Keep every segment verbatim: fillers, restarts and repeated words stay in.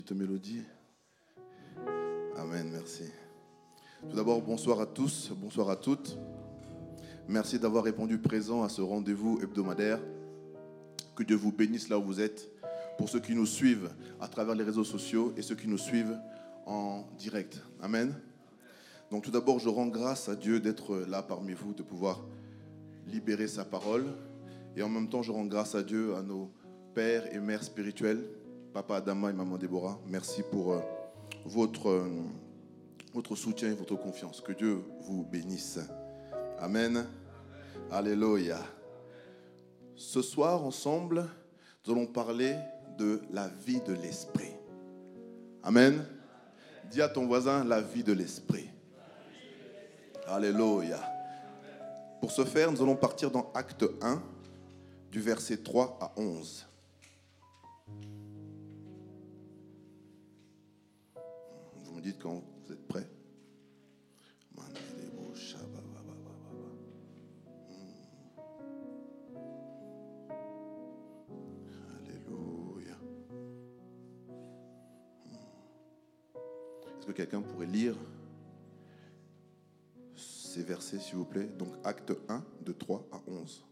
Petite mélodie. Amen, merci. Tout d'abord, bonsoir à tous, bonsoir à toutes. Merci d'avoir répondu présent à ce rendez-vous hebdomadaire. Que Dieu vous bénisse là où vous êtes. Pour ceux qui nous suivent à travers les réseaux sociaux et ceux qui nous suivent en direct. Amen. Donc tout d'abord, je rends grâce à Dieu d'être là parmi vous, de pouvoir libérer sa parole. Et en même temps, je rends grâce à Dieu, à nos pères et mères spirituels, Papa Adama et Maman Déborah. Merci pour euh, votre, euh, votre soutien et votre confiance. Que Dieu vous bénisse. Amen. Alléluia. Ce soir, ensemble, nous allons parler de la vie de l'esprit. Amen. Dis à ton voisin, la vie de l'esprit. Alléluia. Pour ce faire, nous allons partir dans Acte un, du verset trois à onze. Vous me dites quand vous êtes prêts. Alléluia. Est-ce que quelqu'un pourrait lire ces versets, s'il vous plaît? Donc, Acte un, de trois à onze.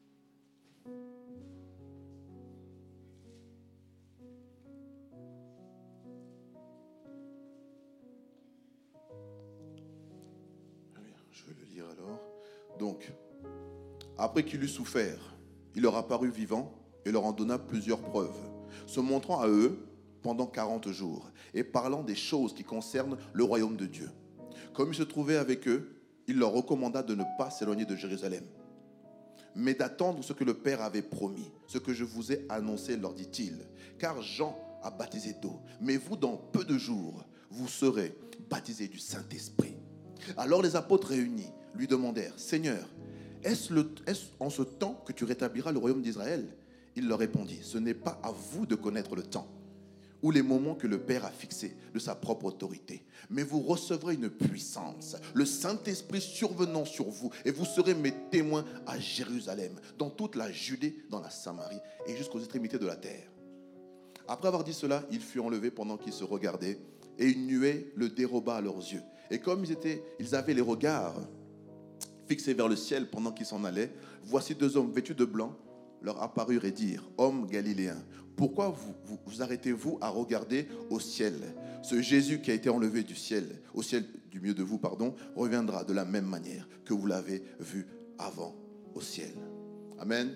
Je vais le lire alors. Donc, après qu'il eut souffert, il leur apparut vivant et leur en donna plusieurs preuves, se montrant à eux pendant quarante jours et parlant des choses qui concernent le royaume de Dieu. Comme il se trouvait avec eux, il leur recommanda de ne pas s'éloigner de Jérusalem, mais d'attendre ce que le Père avait promis, ce que je vous ai annoncé, leur dit-il. Car Jean a baptisé d'eau, mais vous, dans peu de jours, vous serez baptisés du Saint-Esprit. Alors les apôtres réunis lui demandèrent, Seigneur, est-ce, le, est-ce en ce temps que tu rétabliras le royaume d'Israël? Il leur répondit, ce n'est pas à vous de connaître le temps ou les moments que le Père a fixés de sa propre autorité, mais vous recevrez une puissance, le Saint-Esprit survenant sur vous, et vous serez mes témoins à Jérusalem, dans toute la Judée, dans la Samarie et jusqu'aux extrémités de la terre. Après avoir dit cela, il fut enlevé pendant qu'ils se regardaient, et une nuée le déroba à leurs yeux. Et comme ils, étaient, ils avaient les regards fixés vers le ciel pendant qu'ils s'en allaient, voici deux hommes vêtus de blanc leur apparurent et dirent, hommes galiléens, pourquoi vous, vous, vous arrêtez-vous à regarder au ciel? Ce Jésus qui a été enlevé du ciel, au ciel du milieu de vous, pardon, reviendra de la même manière que vous l'avez vu avant au ciel. Amen.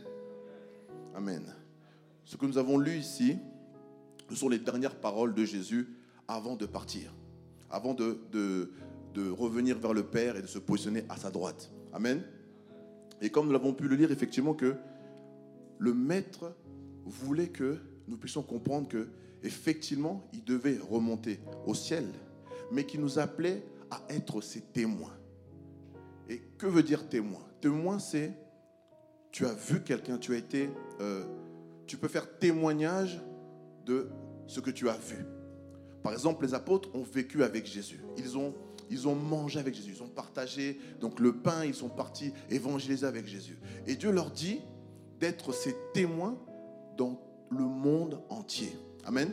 Amen. Ce que nous avons lu ici, ce sont les dernières paroles de Jésus avant de partir, avant de, de, de revenir vers le Père et de se positionner à sa droite. Amen. Et comme nous l'avons pu le lire, effectivement, que le Maître voulait que nous puissions comprendre que, effectivement, il devait remonter au ciel, mais qu'il nous appelait à être ses témoins. Et que veut dire témoin? Témoin, c'est tu as vu quelqu'un, tu as été, euh, tu peux faire témoignage de ce que tu as vu. Par exemple, les apôtres ont vécu avec Jésus. Ils ont, ils ont mangé avec Jésus. Ils ont partagé donc le pain. Ils sont partis évangéliser avec Jésus. Et Dieu leur dit d'être ses témoins dans le monde entier. Amen.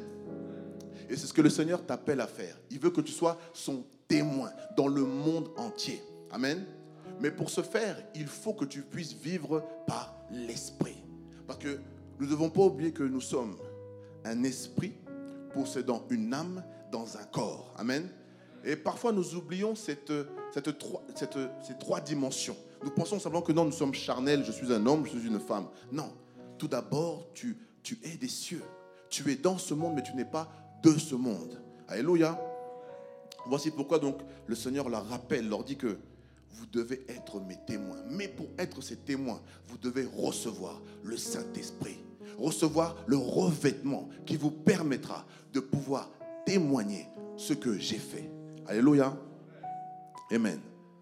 Et c'est ce que le Seigneur t'appelle à faire. Il veut que tu sois son témoin dans le monde entier. Amen. Mais pour ce faire, il faut que tu puisses vivre par l'esprit. Parce que nous ne devons pas oublier que nous sommes un esprit possédant une âme dans un corps. Amen. Et parfois, nous oublions cette, cette, cette, ces trois dimensions. Nous pensons simplement que non, nous sommes charnels, je suis un homme, je suis une femme. Non. Tout d'abord, tu, tu es des cieux. Tu es dans ce monde, mais tu n'es pas de ce monde. Alléluia. Voici pourquoi donc le Seigneur leur rappelle, leur dit que vous devez être mes témoins. Mais pour être ces témoins, vous devez recevoir le Saint-Esprit. Recevoir le revêtement qui vous permettra de pouvoir témoigner ce que j'ai fait. Alléluia. Amen.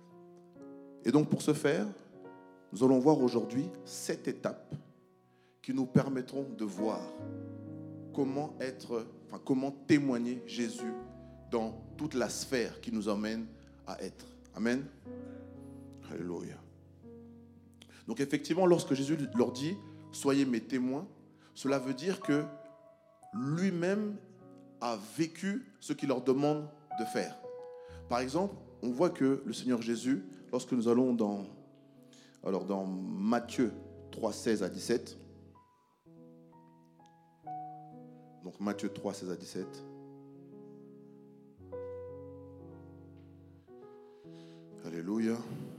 Et donc pour ce faire, nous allons voir aujourd'hui sept étapes qui nous permettront de voir comment être, enfin comment témoigner Jésus dans toute la sphère qui nous emmène à être. Amen. Alléluia. Donc effectivement, lorsque Jésus leur dit « Soyez mes témoins », cela veut dire que lui-même a vécu ce qu'il leur demande de faire. Par exemple, on voit que le Seigneur Jésus, lorsque nous allons dans, alors dans Matthieu trois, seize à dix-sept, donc Matthieu trois, seize à dix-sept, alléluia.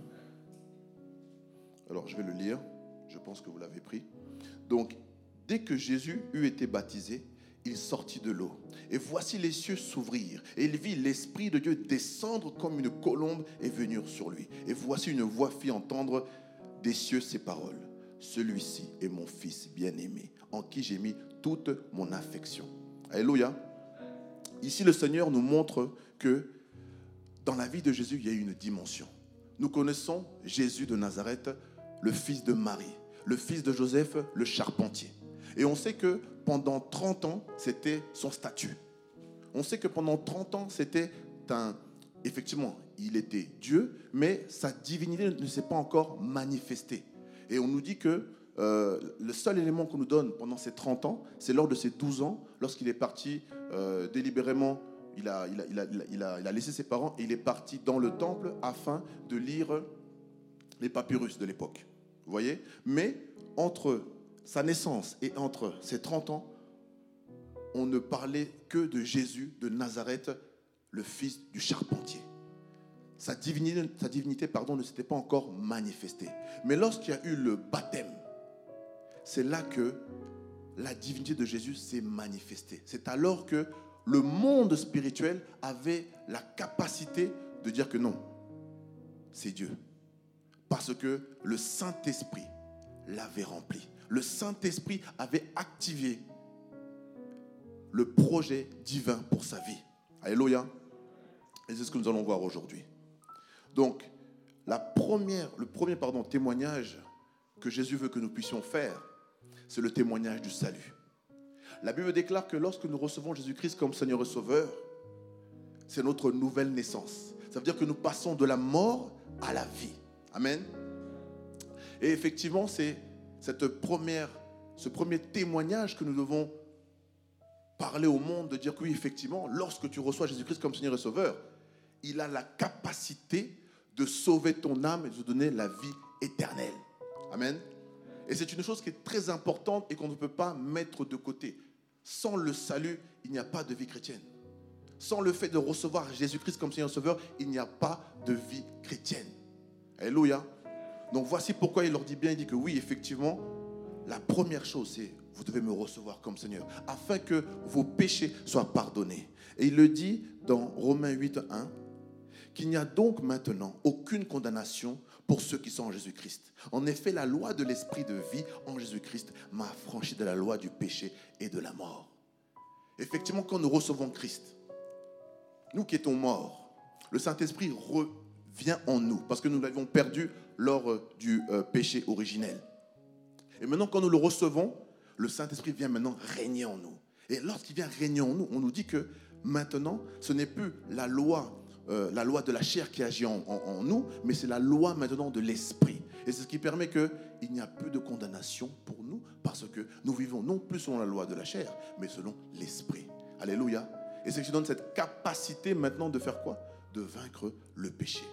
Alors je vais le lire, je pense que vous l'avez pris. Donc, dès que Jésus eut été baptisé, il sortit de l'eau. Et voici les cieux s'ouvrir. Et il vit l'Esprit de Dieu descendre comme une colombe et venir sur lui. Et voici une voix fit entendre des cieux ces paroles. Celui-ci est mon Fils bien-aimé, en qui j'ai mis toute mon affection. Alléluia. Ici, le Seigneur nous montre que dans la vie de Jésus, il y a une dimension. Nous connaissons Jésus de Nazareth, le fils de Marie, le fils de Joseph, le charpentier. Et on sait que pendant trente ans, c'était son statut. On sait que pendant trente ans, c'était un... Effectivement, il était Dieu, mais sa divinité ne s'est pas encore manifestée. Et on nous dit que euh, le seul élément qu'on nous donne pendant ces trente ans, c'est lors de ses douze ans, lorsqu'il est parti euh, délibérément, il a, il, a, il, a, il, a, il a laissé ses parents et il est parti dans le temple afin de lire les papyrus de l'époque. Vous voyez ? Mais entre sa naissance et entre ses trente ans, on ne parlait que de Jésus de Nazareth, le fils du charpentier. Sa divinité, sa divinité pardon, ne s'était pas encore manifestée. Mais lorsqu'il y a eu le baptême, c'est là que la divinité de Jésus s'est manifestée. C'est alors que le monde spirituel avait la capacité de dire que non, c'est Dieu. Parce que le Saint-Esprit l'avait rempli. Le Saint-Esprit avait activé le projet divin pour sa vie. Alléluia. Et c'est ce que nous allons voir aujourd'hui. Donc, la première, le premier pardon, témoignage que Jésus veut que nous puissions faire, c'est le témoignage du salut. La Bible déclare que lorsque nous recevons Jésus-Christ comme Seigneur et Sauveur, c'est notre nouvelle naissance. Ça veut dire que nous passons de la mort à la vie. Amen. Et effectivement, c'est cette première, ce premier témoignage que nous devons parler au monde, de dire que oui, effectivement, lorsque tu reçois Jésus-Christ comme Seigneur et Sauveur, il a la capacité de sauver ton âme et de te donner la vie éternelle. Amen. Et c'est une chose qui est très importante et qu'on ne peut pas mettre de côté. Sans le salut, il n'y a pas de vie chrétienne. Sans le fait de recevoir Jésus-Christ comme Seigneur et Sauveur, il n'y a pas de vie chrétienne. Alléluia. Donc voici pourquoi il leur dit bien, il dit que oui, effectivement, la première chose, c'est vous devez me recevoir comme Seigneur, afin que vos péchés soient pardonnés. Et il le dit dans Romains huit, un, qu'il n'y a donc maintenant aucune condamnation pour ceux qui sont en Jésus-Christ. En effet, la loi de l'esprit de vie en Jésus-Christ m'a affranchi de la loi du péché et de la mort. Effectivement, quand nous recevons Christ, nous qui étions morts, le Saint-Esprit revient en nous, parce que nous l'avons perdu lors du euh, péché originel. Et maintenant, quand nous le recevons, le Saint-Esprit vient maintenant régner en nous. Et lorsqu'il vient régner en nous, on nous dit que maintenant, ce n'est plus la loi, euh, la loi de la chair qui agit en, en, en nous, mais c'est la loi maintenant de l'Esprit. Et c'est ce qui permet qu'il n'y a plus de condamnation pour nous, parce que nous vivons non plus selon la loi de la chair, mais selon l'Esprit. Alléluia. Et c'est ce qui donne cette capacité maintenant de faire quoi ? De vaincre le péché.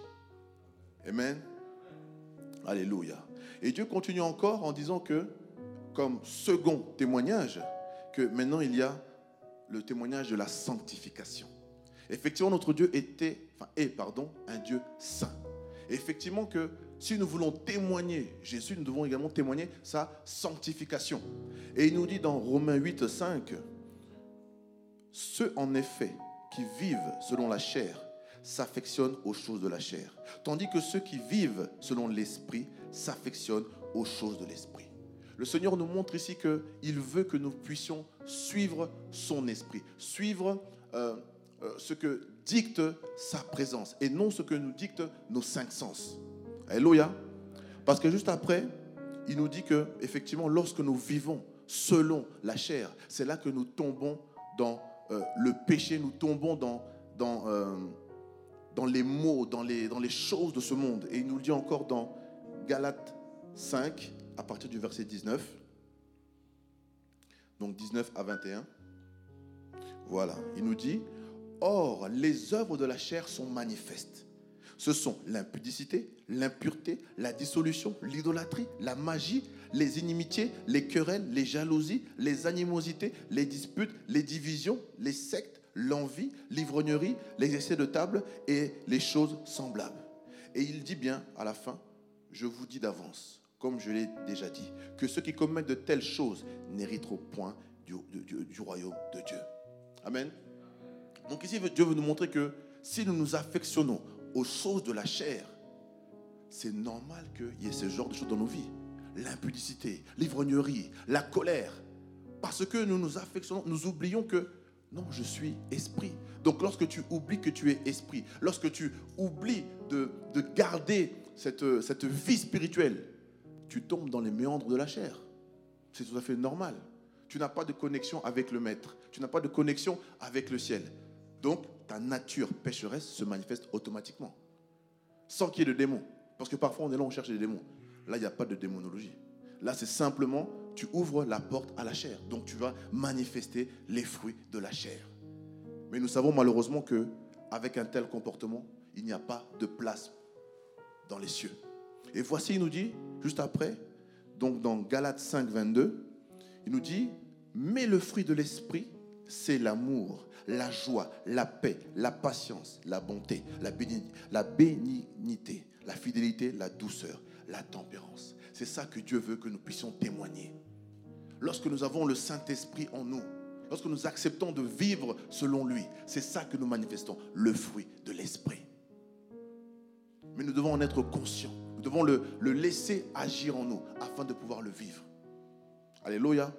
Amen. Alléluia. Et Dieu continue encore en disant que, comme second témoignage, que maintenant il y a le témoignage de la sanctification. Effectivement, notre Dieu était, enfin, est, pardon, un Dieu saint. Et effectivement que si nous voulons témoigner Jésus, nous devons également témoigner sa sanctification. Et il nous dit dans Romains huit, cinq, ceux en effet qui vivent selon la chair s'affectionnent aux choses de la chair, tandis que ceux qui vivent selon l'esprit s'affectionnent aux choses de l'esprit. Le Seigneur nous montre ici qu'il veut que nous puissions suivre son esprit, suivre euh, euh, ce que dicte sa présence et non ce que nous dictent nos cinq sens. Alléluia. Parce que juste après, il nous dit que effectivement, lorsque nous vivons selon la chair, c'est là que nous tombons dans euh, le péché, nous tombons dans, dans, euh, dans les maux, dans les, dans les choses de ce monde. Et il nous le dit encore dans Galates cinq, à partir du verset dix-neuf. Donc dix-neuf à vingt et un. Voilà, il nous dit, or, les œuvres de la chair sont manifestes. Ce sont l'impudicité, l'impureté, la dissolution, l'idolâtrie, la magie, les inimitiés, les querelles, les jalousies, les animosités, les disputes, les divisions, les sectes, l'envie, l'ivrognerie, les excès de table et les choses semblables. Et il dit bien à la fin, je vous dis d'avance, comme je l'ai déjà dit, que ceux qui commettent de telles choses n'hériteront point du, du, du, du royaume de Dieu. Amen. Donc ici, Dieu veut nous montrer que si nous nous affectionnons aux choses de la chair, c'est normal qu'il y ait ce genre de choses dans nos vies. L'impudicité, l'ivrognerie, la colère. Parce que nous nous affectionnons, nous oublions que non, je suis esprit. Donc lorsque tu oublies que tu es esprit, lorsque tu oublies de, de garder cette, cette vie spirituelle, tu tombes dans les méandres de la chair. C'est tout à fait normal. Tu n'as pas de connexion avec le Maître. Tu n'as pas de connexion avec le ciel. Donc, ta nature pécheresse se manifeste automatiquement. Sans qu'il y ait de démons. Parce que parfois, on est là, on cherche des démons. Là, il n'y a pas de démonologie. Là, c'est simplement, tu ouvres la porte à la chair. Donc, tu vas manifester les fruits de la chair. Mais nous savons malheureusement qu'avec un tel comportement, il n'y a pas de place dans les cieux. Et voici, il nous dit, juste après, donc dans Galates cinq, vingt-deux, il nous dit, mais le fruit de l'esprit, c'est l'amour, la joie, la paix, la patience, la bonté, la bénignité, la bénignité, la fidélité, la douceur, la tempérance. C'est ça que Dieu veut que nous puissions témoigner. Lorsque nous avons le Saint-Esprit en nous, lorsque nous acceptons de vivre selon lui, c'est ça que nous manifestons, le fruit de l'esprit. Mais nous devons en être conscients. Nous devons le, le laisser agir en nous afin de pouvoir le vivre. Alléluia.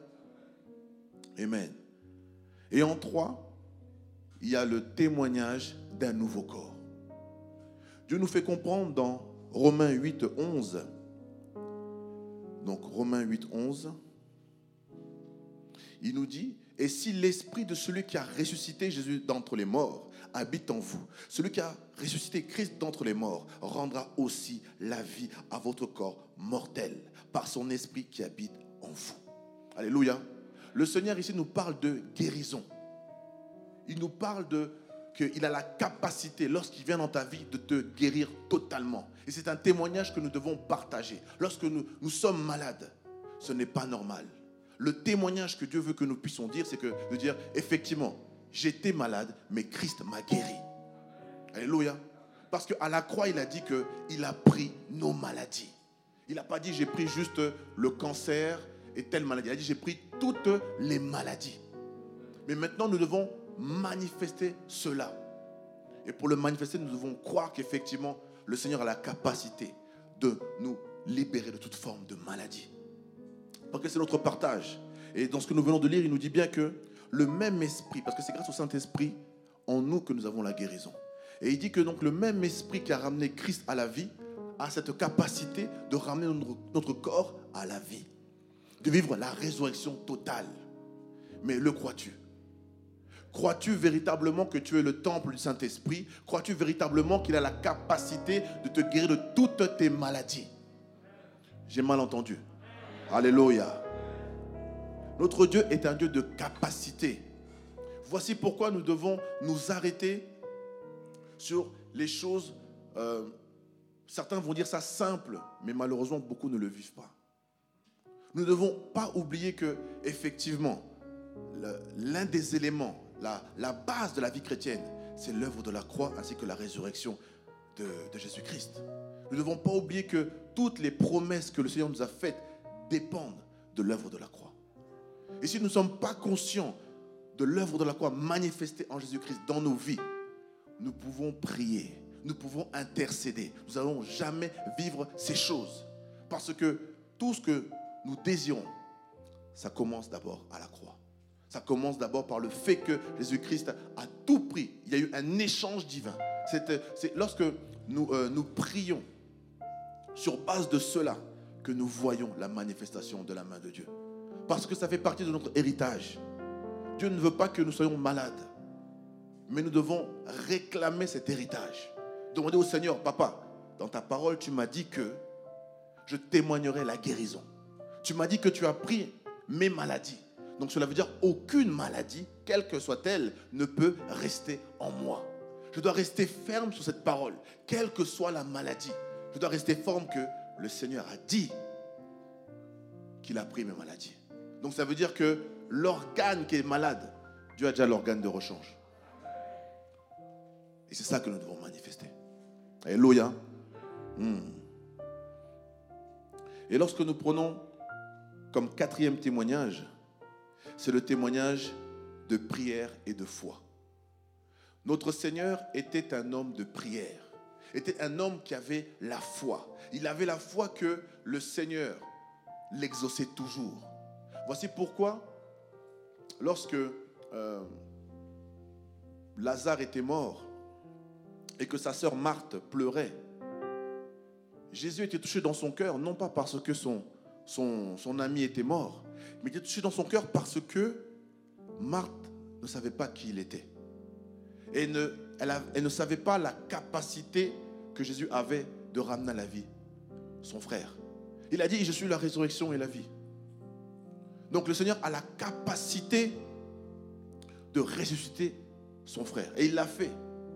Amen. Et en trois, il y a le témoignage d'un nouveau corps. Dieu nous fait comprendre dans Romains huit, onze. Donc Romains huit, onze. Il nous dit, et si l'esprit de celui qui a ressuscité Jésus d'entre les morts habite en vous, celui qui a ressuscité Christ d'entre les morts rendra aussi la vie à votre corps mortel par son esprit qui habite en vous. Alléluia. Le Seigneur ici nous parle de guérison. Il nous parle de qu'il a la capacité, lorsqu'il vient dans ta vie, de te guérir totalement. Et c'est un témoignage que nous devons partager. Lorsque nous, nous sommes malades, ce n'est pas normal. Le témoignage que Dieu veut que nous puissions dire, c'est que, de dire, effectivement, j'étais malade, mais Christ m'a guéri. Alléluia. Parce qu'à la croix, il a dit qu'il a pris nos maladies. Il n'a pas dit, j'ai pris juste le cancer et telle maladie. Il a dit, j'ai pris toutes les maladies. Mais maintenant, nous devons manifester cela. Et pour le manifester, nous devons croire qu'effectivement, le Seigneur a la capacité de nous libérer de toute forme de maladie. Parce que c'est notre partage. Et dans ce que nous venons de lire, il nous dit bien que le même esprit, parce que c'est grâce au Saint-Esprit en nous que nous avons la guérison. Et il dit que donc le même esprit qui a ramené Christ à la vie a cette capacité de ramener notre, notre corps à la vie. De vivre la résurrection totale. Mais le crois-tu? Crois-tu véritablement que tu es le temple du Saint-Esprit? Crois-tu véritablement qu'il a la capacité de te guérir de toutes tes maladies? J'ai mal entendu. Alléluia. Notre Dieu est un Dieu de capacité. Voici pourquoi nous devons nous arrêter sur les choses, euh, certains vont dire ça simple, mais malheureusement beaucoup ne le vivent pas. Nous ne devons pas oublier que, effectivement, le, l'un des éléments, la, la base de la vie chrétienne, c'est l'œuvre de la croix ainsi que la résurrection de, de Jésus-Christ. Nous ne devons pas oublier que toutes les promesses que le Seigneur nous a faites dépendent de l'œuvre de la croix. Et si nous ne sommes pas conscients de l'œuvre de la croix manifestée en Jésus-Christ dans nos vies, nous pouvons prier, nous pouvons intercéder. Nous n'allons jamais vivre ces choses. Parce que tout ce que nous désirons, ça commence d'abord à la croix. Ça commence d'abord par le fait que Jésus-Christ a tout pris. Il y a eu un échange divin. C'est, c'est lorsque nous, euh, nous prions sur base de cela que nous voyons la manifestation de la main de Dieu. Parce que ça fait partie de notre héritage. Dieu ne veut pas que nous soyons malades. Mais nous devons réclamer cet héritage. Demander au Seigneur, Papa, dans ta parole, tu m'as dit que je témoignerai la guérison. Tu m'as dit que tu as pris mes maladies. Donc cela veut dire aucune maladie, quelle que soit-elle, ne peut rester en moi. Je dois rester ferme sur cette parole, quelle que soit la maladie. Je dois rester ferme que le Seigneur a dit qu'il a pris mes maladies. Donc ça veut dire que l'organe qui est malade, Dieu a déjà l'organe de rechange. Et c'est ça que nous devons manifester. Alléluia. Hmm. Et lorsque nous prenons comme quatrième témoignage, c'est le témoignage de prière et de foi. Notre Seigneur était un homme de prière, était un homme qui avait la foi. Il avait la foi que le Seigneur l'exauçait toujours. Voici pourquoi, lorsque euh, Lazare était mort et que sa sœur Marthe pleurait, Jésus était touché dans son cœur, non pas parce que son, son, son ami était mort, mais il était touché dans son cœur parce que Marthe ne savait pas qui il était. Et ne, elle, a, elle ne savait pas la capacité que Jésus avait de ramener à la vie son frère. Il a dit, je suis la résurrection et la vie. Donc le Seigneur a la capacité de ressusciter son frère. Et il l'a fait.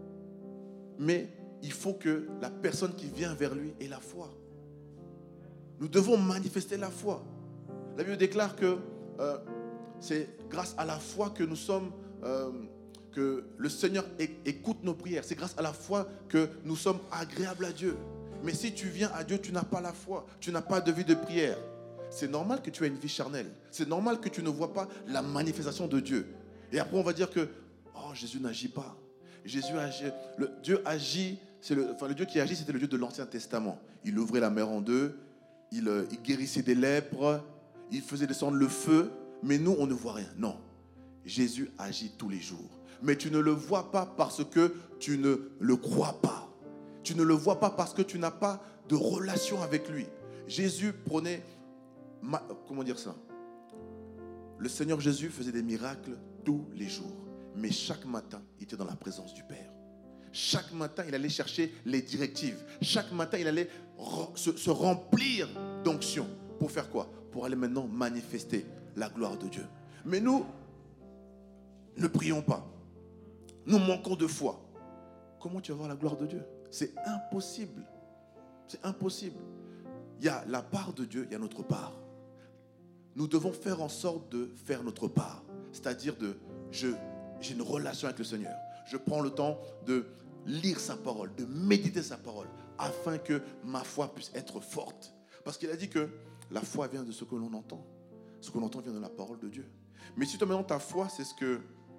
Mais il faut que la personne qui vient vers lui ait la foi. Nous devons manifester la foi. La Bible déclare que euh, c'est grâce à la foi que nous sommes... Euh, que le Seigneur écoute nos prières. C'est grâce à la foi que nous sommes agréables à Dieu. Mais si tu viens à Dieu, tu n'as pas la foi. Tu n'as pas de vie de prière. C'est normal que tu aies une vie charnelle. C'est normal que tu ne vois pas la manifestation de Dieu. Et après, on va dire que oh, Jésus n'agit pas. Jésus agit. Le Dieu agit. C'est le, enfin, le Dieu qui agit, c'était le Dieu de l'Ancien Testament. Il ouvrait la mer en deux. Il, il guérissait des lèpres. Il faisait descendre le feu. Mais nous, on ne voit rien. Non. Jésus agit tous les jours. Mais tu ne le vois pas parce que tu ne le crois pas. Tu ne le vois pas parce que tu n'as pas de relation avec lui. Jésus prenait... Ma, comment dire ça? Le Seigneur Jésus faisait des miracles tous les jours. Mais chaque matin, il était dans la présence du Père. Chaque matin, il allait chercher les directives. Chaque matin, il allait se, se remplir d'onction. Pour faire quoi? Pour aller maintenant manifester la gloire de Dieu. Mais nous, ne prions pas. Nous manquons de foi. Comment tu vas voir la gloire de Dieu? C'est impossible. C'est impossible. Il y a la part de Dieu, il y a notre part. Nous devons faire en sorte de faire notre part. C'est-à-dire de, je, j'ai une relation avec le Seigneur. Je prends le temps de lire sa parole, de méditer sa parole, afin que ma foi puisse être forte. Parce qu'il a dit que la foi vient de ce que l'on entend. Ce que l'on entend vient de la parole de Dieu. Mais si toi maintenant ta foi, c'est ce que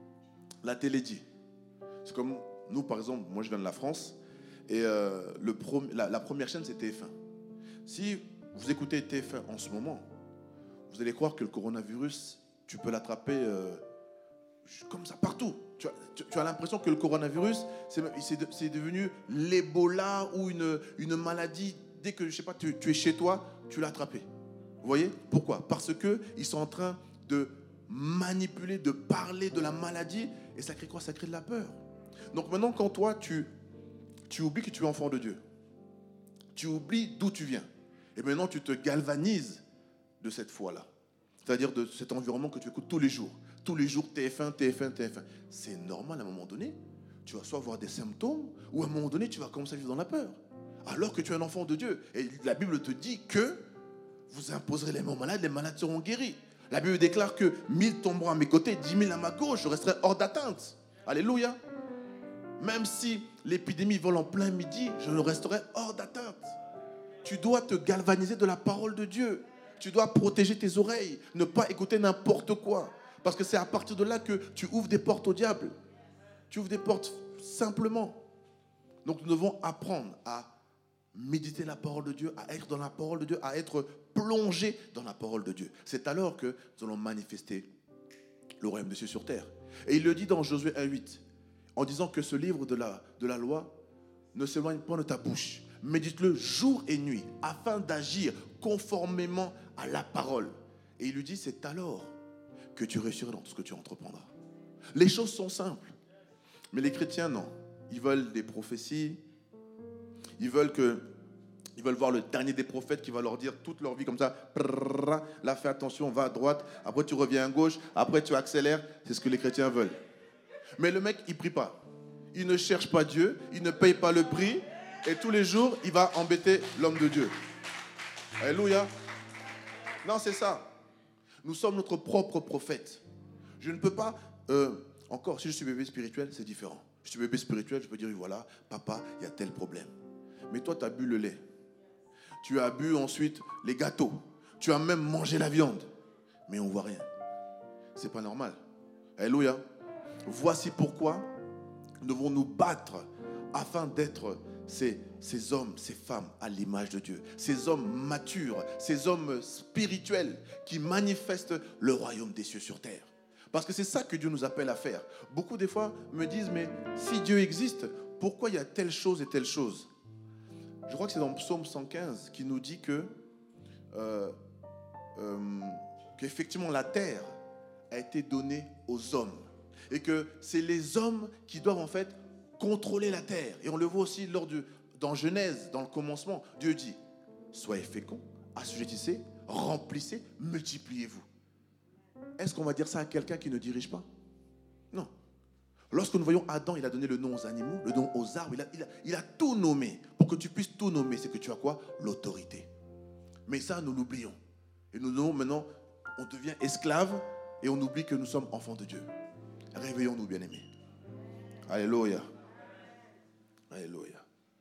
la télé dit. C'est comme nous, par exemple, moi je viens de la France, et euh, le prom- la, la première chaîne c'est T F un. Si vous écoutez T F un en ce moment, vous allez croire que le coronavirus, tu peux l'attraper euh, comme ça partout. Tu as, tu, tu as l'impression que le coronavirus, c'est, c'est, de, c'est devenu l'Ebola ou une, une maladie. Dès que, je sais pas, tu, tu es chez toi, tu l'as attrapé. Vous voyez? Pourquoi? Parce qu'ils sont en train de manipuler, de parler de la maladie, et ça crée quoi? Ça crée de la peur. Donc maintenant, quand toi, tu, tu oublies que tu es enfant de Dieu, tu oublies d'où tu viens, et maintenant tu te galvanises de cette foi-là. C'est-à-dire de cet environnement que tu écoutes tous les jours. Tous les jours, T F un, T F un, T F un. C'est normal à un moment donné. Tu vas soit avoir des symptômes, ou à un moment donné, tu vas commencer à vivre dans la peur. Alors que tu es un enfant de Dieu. Et la Bible te dit que vous imposerez les mains aux malades, les malades seront guéris. La Bible déclare que mille tomberont à mes côtés, dix mille à ma gauche, je resterai hors d'atteinte. Alléluia. Même si l'épidémie vole en plein midi, je resterai hors d'atteinte. Tu dois te galvaniser de la parole de Dieu. Tu dois protéger tes oreilles, ne pas écouter n'importe quoi. Parce que c'est à partir de là que tu ouvres des portes au diable. Tu ouvres des portes simplement. Donc nous devons apprendre à méditer la parole de Dieu, à être dans la parole de Dieu, à être plongé dans la parole de Dieu. C'est alors que nous allons manifester le royaume des cieux sur terre. Et il le dit dans Josué un huit, en disant que ce livre de la, de la loi ne s'éloigne pas de ta bouche. Médite-le jour et nuit, afin d'agir conformément à la parole. Et il lui dit, c'est alors que tu réussiras dans tout ce que tu entreprendras. Les choses sont simples. Mais les chrétiens, non. Ils veulent des prophéties. Ils veulent que Ils veulent voir le dernier des prophètes qui va leur dire toute leur vie comme ça. Prrrr, là, fais attention, va à droite. Après, tu reviens à gauche. Après, tu accélères. C'est ce que les chrétiens veulent. Mais le mec, il ne prie pas. Il ne cherche pas Dieu. Il ne paye pas le prix. Et tous les jours, il va embêter l'homme de Dieu. Alléluia. Non, c'est ça. Nous sommes notre propre prophète. Je ne peux pas... Euh, encore, si je suis bébé spirituel, c'est différent. Je suis bébé spirituel, je peux dire, voilà, papa, il y a tel problème. Mais toi, tu as bu le lait. Tu as bu ensuite les gâteaux. Tu as même mangé la viande. Mais on ne voit rien. Ce n'est pas normal. Alléluia. Voici pourquoi nous devons nous battre afin d'être ces, ces hommes, ces femmes à l'image de Dieu. Ces hommes matures, ces hommes spirituels qui manifestent le royaume des cieux sur terre. Parce que c'est ça que Dieu nous appelle à faire. Beaucoup des fois me disent, mais si Dieu existe, pourquoi il y a telle chose et telle chose ? Je crois que c'est dans le psaume cent quinze qui nous dit que euh, euh, qu'effectivement la terre a été donnée aux hommes et que c'est les hommes qui doivent en fait contrôler la terre. Et on le voit aussi lors de, dans Genèse, dans le commencement, Dieu dit soyez féconds, assujettissez, remplissez, multipliez-vous. Est-ce qu'on va dire ça à quelqu'un qui ne dirige pas ? Non. Lorsque nous voyons Adam, il a donné le nom aux animaux, le nom aux arbres, il a, il a, il a tout nommé. Pour que tu puisses tout nommer, c'est que tu as quoi ? L'autorité. Mais ça, nous l'oublions. Et nous, nous maintenant, on devient esclave et on oublie que nous sommes enfants de Dieu. Réveillons-nous, bien-aimés. Alléluia. Alléluia.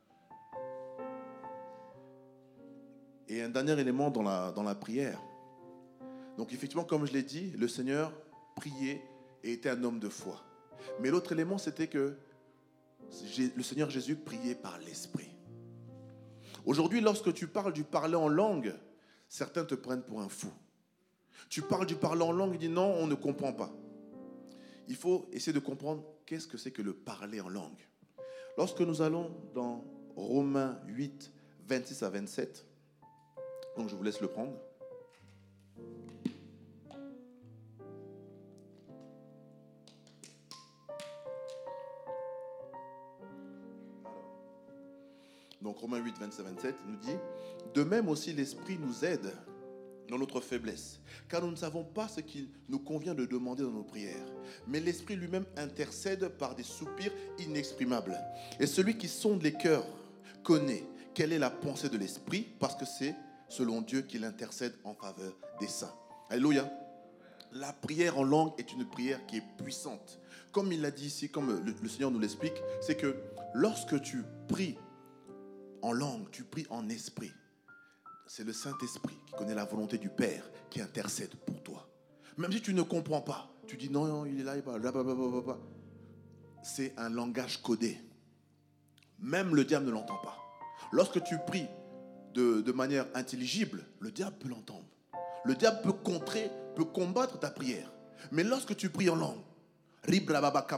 Et un dernier élément dans la, dans la prière. Donc effectivement, comme je l'ai dit, le Seigneur priait et était un homme de foi. Mais l'autre élément, c'était que le Seigneur Jésus priait par l'Esprit. Aujourd'hui, lorsque tu parles du parler en langue, certains te prennent pour un fou. Tu parles du parler en langue, ils disent non, on ne comprend pas. Il faut essayer de comprendre qu'est-ce que c'est que le parler en langue. Lorsque nous allons dans Romains huit, vingt-six à vingt-sept, donc je vous laisse le prendre. Donc Romains huit, vingt-six à vingt-sept nous dit « De même aussi l'Esprit nous aide dans notre faiblesse, car nous ne savons pas ce qu'il nous convient de demander dans nos prières. Mais l'Esprit lui-même intercède par des soupirs inexprimables. Et celui qui sonde les cœurs connaît quelle est la pensée de l'Esprit, parce que c'est selon Dieu qu'il intercède en faveur des saints. » Alléluia. La prière en langue est une prière qui est puissante. Comme il l'a dit ici, comme le, le Seigneur nous l'explique, c'est que lorsque tu pries en langue, tu pries en esprit. C'est le Saint-Esprit qui connaît la volonté du Père qui intercède pour toi. Même si tu ne comprends pas, tu dis non, non il est là, il est là, c'est un langage codé. Même le diable ne l'entend pas. Lorsque tu pries de, de manière intelligible, le diable peut l'entendre. Le diable peut contrer, peut combattre ta prière. Mais lorsque tu pries en langue, il ne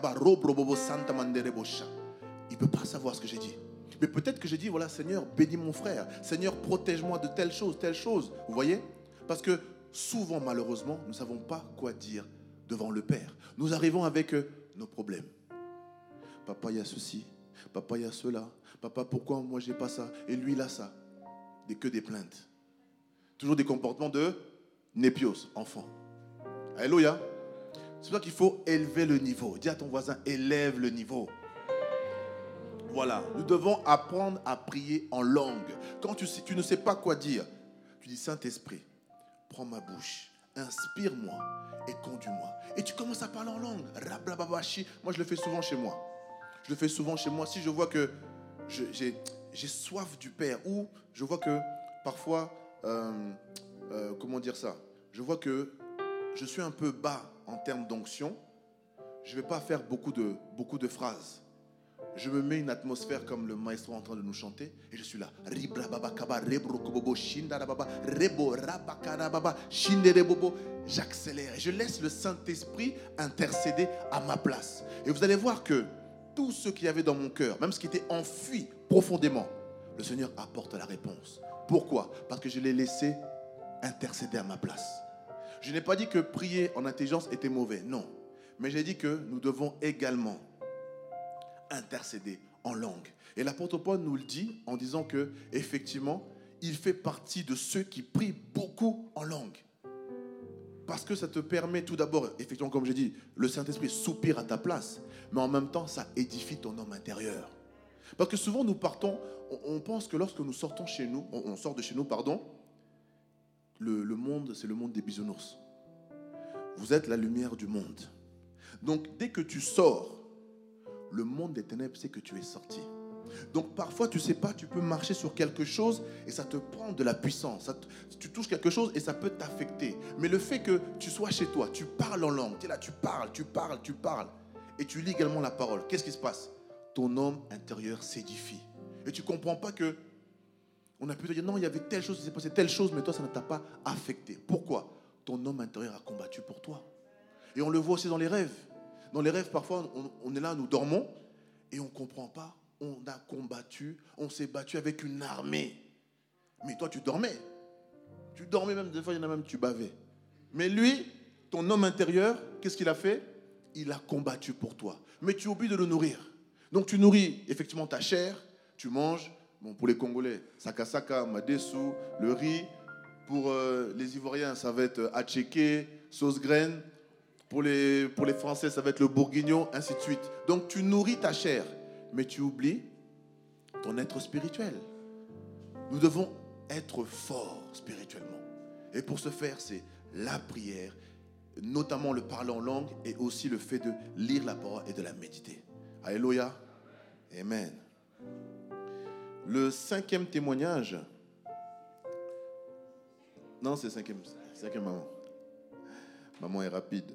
peut pas savoir ce que j'ai dit. Mais peut-être que j'ai dit, voilà, Seigneur, bénis mon frère. Seigneur, protège-moi de telle chose, telle chose. Vous voyez ? Parce que souvent, malheureusement, nous ne savons pas quoi dire devant le Père. Nous arrivons avec euh, nos problèmes. Papa, il y a ceci. Papa, il y a cela. Papa, pourquoi moi, je n'ai pas ça ? Et lui, il a ça. Des, que des plaintes. Toujours des comportements de népios, enfant. Alléluia. C'est pour ça qu'il faut élever le niveau. Dis à ton voisin, élève le niveau. Voilà, nous devons apprendre à prier en langue. Quand tu, sais, tu ne sais pas quoi dire, tu dis Saint-Esprit, prends ma bouche, inspire-moi et conduis-moi. Et tu commences à parler en langue. Moi, je le fais souvent chez moi. Je le fais souvent chez moi. Si je vois que je, j'ai, j'ai soif du Père, ou je vois que parfois, euh, euh, comment dire ça, je vois que je suis un peu bas en termes d'onction, je ne vais pas faire beaucoup de, beaucoup de phrases. Je me mets une atmosphère comme le maestro est en train de nous chanter et je suis là. J'accélère et je laisse le Saint-Esprit intercéder à ma place. Et vous allez voir que tout ce qu'il y avait dans mon cœur, même ce qui était enfui profondément, le Seigneur apporte la réponse. Pourquoi ? Parce que je l'ai laissé intercéder à ma place. Je n'ai pas dit que prier en intelligence était mauvais, non. Mais j'ai dit que nous devons également intercéder en langue. Et l'apôtre Paul nous le dit en disant que, effectivement, il fait partie de ceux qui prient beaucoup en langue. Parce que ça te permet tout d'abord, effectivement, comme j'ai dit, le Saint-Esprit soupire à ta place, mais en même temps, ça édifie ton homme intérieur. Parce que souvent, nous partons, on, on pense que lorsque nous sortons chez nous, on, on sort de chez nous, pardon, le, le monde, c'est le monde des bisounours. Vous êtes la lumière du monde. Donc, dès que tu sors, le monde des ténèbres sait que tu es sorti. Donc parfois tu ne sais pas, tu peux marcher sur quelque chose et ça te prend de la puissance. Ça te, tu touches quelque chose et ça peut t'affecter. Mais le fait que tu sois chez toi, tu parles en langue, tu es là, tu parles, tu parles, tu parles. Et tu lis également la parole. Qu'est-ce qui se passe? Ton homme intérieur s'édifie. Et tu ne comprends pas que on a pu te dire non, il y avait telle chose, il s'est passé telle chose, mais toi ça ne t'a pas affecté. Pourquoi? Ton homme intérieur a combattu pour toi. Et on le voit aussi dans les rêves. Dans les rêves, parfois on, on est là, nous dormons et on ne comprend pas. On a combattu, on s'est battu avec une armée. Mais toi, tu dormais. Tu dormais même, des fois, il y en a même, tu bavais. Mais lui, ton homme intérieur, qu'est-ce qu'il a fait? Il a combattu pour toi. Mais tu oublies de le nourrir. Donc, tu nourris effectivement ta chair, tu manges. Bon, pour les Congolais, sakasaka, madessou, le riz. Pour euh, les Ivoiriens, ça va être atchéké, sauce graine. Pour les, pour les Français, ça va être le bourguignon, ainsi de suite. Donc, tu nourris ta chair. Mais tu oublies ton être spirituel. Nous devons être forts spirituellement. Et pour ce faire, c'est la prière, notamment le parler en langue et aussi le fait de lire la parole et de la méditer. Alléluia. Amen. Le cinquième témoignage. Non, c'est le cinquième. Cinquième maman. Maman est rapide.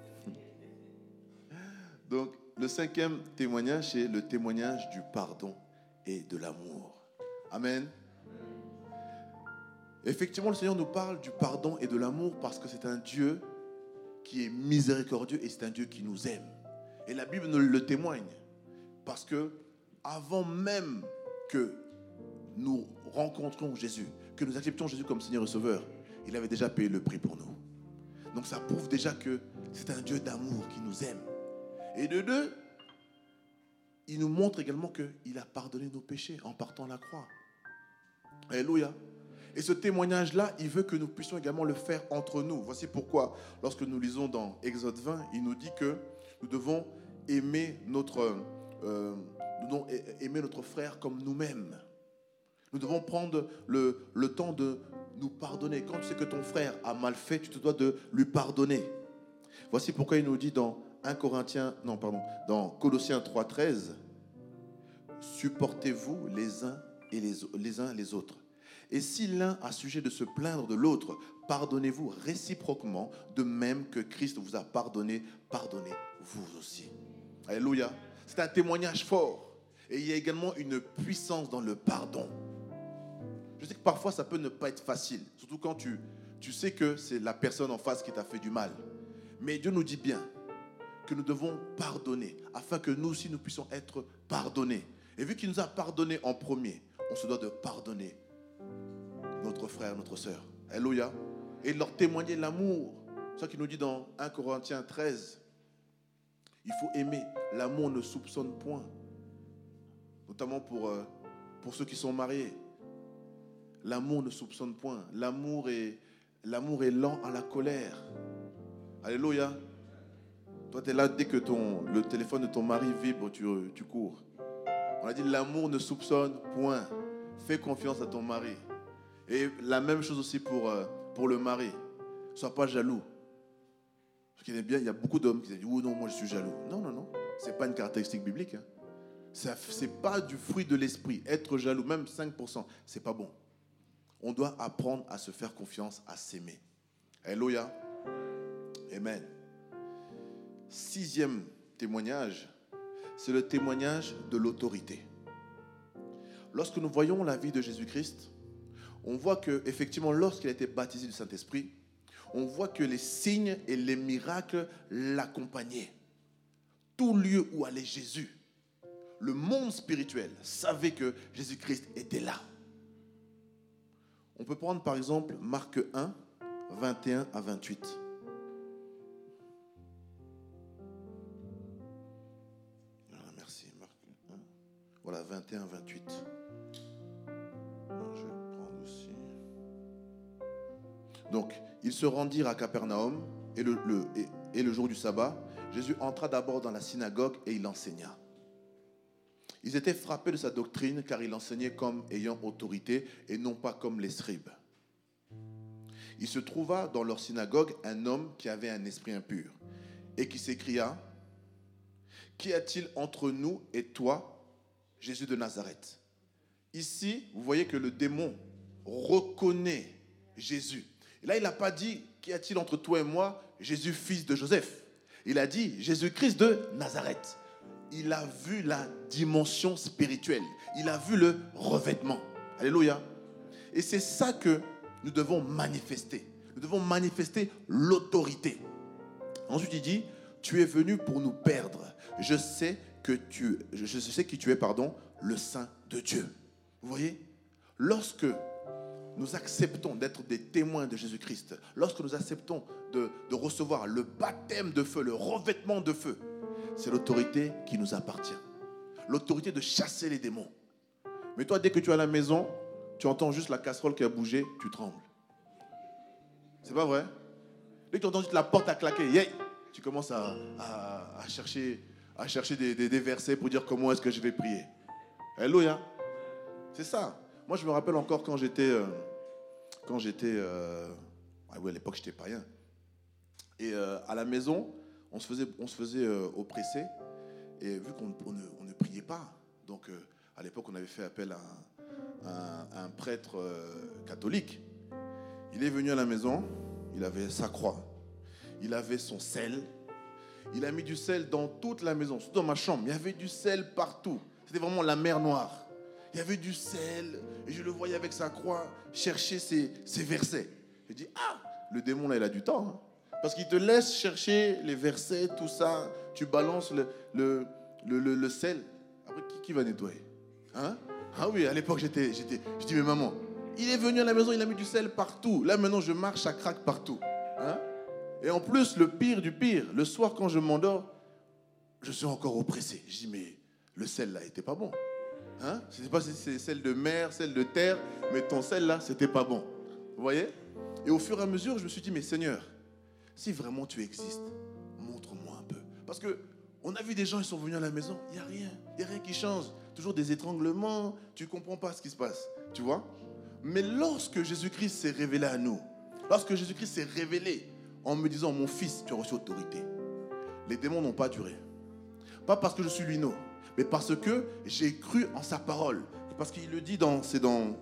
Donc, le cinquième témoignage, c'est le témoignage du pardon et de l'amour. Amen. Effectivement, le Seigneur nous parle du pardon et de l'amour parce que c'est un Dieu qui est miséricordieux et c'est un Dieu qui nous aime. Et la Bible nous le témoigne. Parce que avant même que nous rencontrions Jésus, que nous acceptions Jésus comme Seigneur et Sauveur, il avait déjà payé le prix pour nous. Donc ça prouve déjà que c'est un Dieu d'amour qui nous aime. Et de deux, il nous montre également qu'il a pardonné nos péchés en partant à la croix. Alléluia. Et ce témoignage-là, il veut que nous puissions également le faire entre nous. Voici pourquoi, lorsque nous lisons dans Exode vingt, il nous dit que nous devons aimer notre, euh, nous devons aimer notre frère comme nous-mêmes. Nous devons prendre le, le temps de nous pardonner. Quand tu sais que ton frère a mal fait, tu te dois de lui pardonner. Voici pourquoi il nous dit dans un Corinthiens, non pardon, dans Colossiens trois treize, supportez-vous les uns et les, les uns les autres. Et si l'un a sujet de se plaindre de l'autre, pardonnez-vous réciproquement, de même que Christ vous a pardonné, pardonnez-vous aussi. Alléluia. C'est un témoignage fort. Et il y a également une puissance dans le pardon. Je sais que parfois ça peut ne pas être facile, surtout quand tu, tu sais que c'est la personne en face qui t'a fait du mal. Mais Dieu nous dit bien que nous devons pardonner, afin que nous aussi nous puissions être pardonnés. Et vu qu'il nous a pardonné en premier, on se doit de pardonner notre frère, notre sœur. Alléluia. Et de leur témoigner l'amour. C'est ça qu'il nous dit dans un Corinthiens treize. Il faut aimer. L'amour ne soupçonne point. Notamment pour, euh, pour ceux qui sont mariés. L'amour ne soupçonne point. L'amour est, l'amour est lent à la colère. Alléluia. Toi, tu es là, dès que ton, le téléphone de ton mari vibre, tu, tu cours. On a dit, l'amour ne soupçonne point. Fais confiance à ton mari. Et la même chose aussi pour, euh, pour le mari. Sois pas jaloux. Parce qu'il est bien, il y a beaucoup d'hommes qui disent, oh non, moi je suis jaloux. Non, non, non. Ce n'est pas une caractéristique biblique. Hein. Ce n'est pas du fruit de l'esprit. Être jaloux, même cinq pour cent, ce n'est pas bon. On doit apprendre à se faire confiance, à s'aimer. Alléluia. Amen. Sixième témoignage, c'est le témoignage de l'autorité. Lorsque nous voyons la vie de Jésus-Christ, on voit qu'effectivement, lorsqu'il a été baptisé du Saint-Esprit, on voit que les signes et les miracles l'accompagnaient. Tout lieu où allait Jésus, le monde spirituel savait que Jésus-Christ était là. On peut prendre par exemple Marc un, vingt et un à vingt-huit. Merci, Marc un. Voilà, vingt et un vingt-huit. Je vais le prendre aussi. Donc, ils se rendirent à Capernaum et le, le, et, et le jour du sabbat, Jésus entra d'abord dans la synagogue et il enseigna. Ils étaient frappés de sa doctrine car il enseignait comme ayant autorité et non pas comme les scribes. Il se trouva dans leur synagogue un homme qui avait un esprit impur et qui s'écria « Qu'y a-t-il entre nous et toi, Jésus de Nazareth ?» Ici, vous voyez que le démon reconnaît Jésus. Et là, il n'a pas dit « Qu'y a-t-il entre toi et moi, Jésus, fils de Joseph ?» Il a dit « Jésus-Christ de Nazareth ». Il a vu la dimension spirituelle. Il a vu le revêtement. Alléluia. Et c'est ça que nous devons manifester. Nous devons manifester l'autorité. Ensuite, il dit, tu es venu pour nous perdre. Je sais que tu, je sais qui tu es, pardon, le Saint de Dieu. Vous voyez, lorsque nous acceptons d'être des témoins de Jésus-Christ, lorsque nous acceptons de, de recevoir le baptême de feu, le revêtement de feu, c'est l'autorité qui nous appartient. L'autorité de chasser les démons. Mais toi, dès que tu es à la maison, tu entends juste la casserole qui a bougé, tu trembles. C'est pas vrai? Dès que tu entends juste la porte à claquer, yeah, tu commences à, à, à chercher, à chercher des, des, des versets pour dire comment est-ce que je vais prier. Alléluia. C'est ça. Moi, je me rappelle encore quand j'étais... Euh, quand j'étais... Euh, ah oui, à l'époque, j'étais païen. Et euh, à la maison... On se faisait, on se faisait euh, oppresser, et vu qu'on on ne, on ne priait pas, donc euh, à l'époque on avait fait appel à un, à un prêtre euh, catholique. Il est venu à la maison, il avait sa croix, il avait son sel, il a mis du sel dans toute la maison, surtout dans ma chambre, il y avait du sel partout, c'était vraiment la mer Noire. Il y avait du sel, et je le voyais avec sa croix chercher ses, ses versets. Je dis, ah, le démon là il a du temps, hein. Parce qu'il te laisse chercher les versets, tout ça. Tu balances le, le, le, le, le sel. Après, qui, qui va nettoyer? Hein? Ah oui, à l'époque, j'étais, j'étais, je dis, mais maman, il est venu à la maison, il a mis du sel partout. Là, maintenant, je marche, ça craque partout. Hein? Et en plus, le pire du pire, le soir, quand je m'endors, je suis encore oppressé. Je dis, mais le sel, là, n'était pas bon. Hein? Je ne sais pas si c'est sel de mer, sel de terre, mais ton sel, là, c'était pas bon. Vous voyez? Et au fur et à mesure, je me suis dit, mais Seigneur, si vraiment tu existes, montre-moi un peu. Parce qu'on a vu des gens, ils sont venus à la maison, il n'y a rien, il n'y a rien qui change. Toujours des étranglements, tu ne comprends pas ce qui se passe, tu vois. Mais lorsque Jésus-Christ s'est révélé à nous, lorsque Jésus-Christ s'est révélé en me disant, mon fils, tu as reçu autorité, les démons n'ont pas duré. Pas parce que je suis lui, non, mais parce que j'ai cru en sa parole. Parce qu'il le dit dans, c'est dans,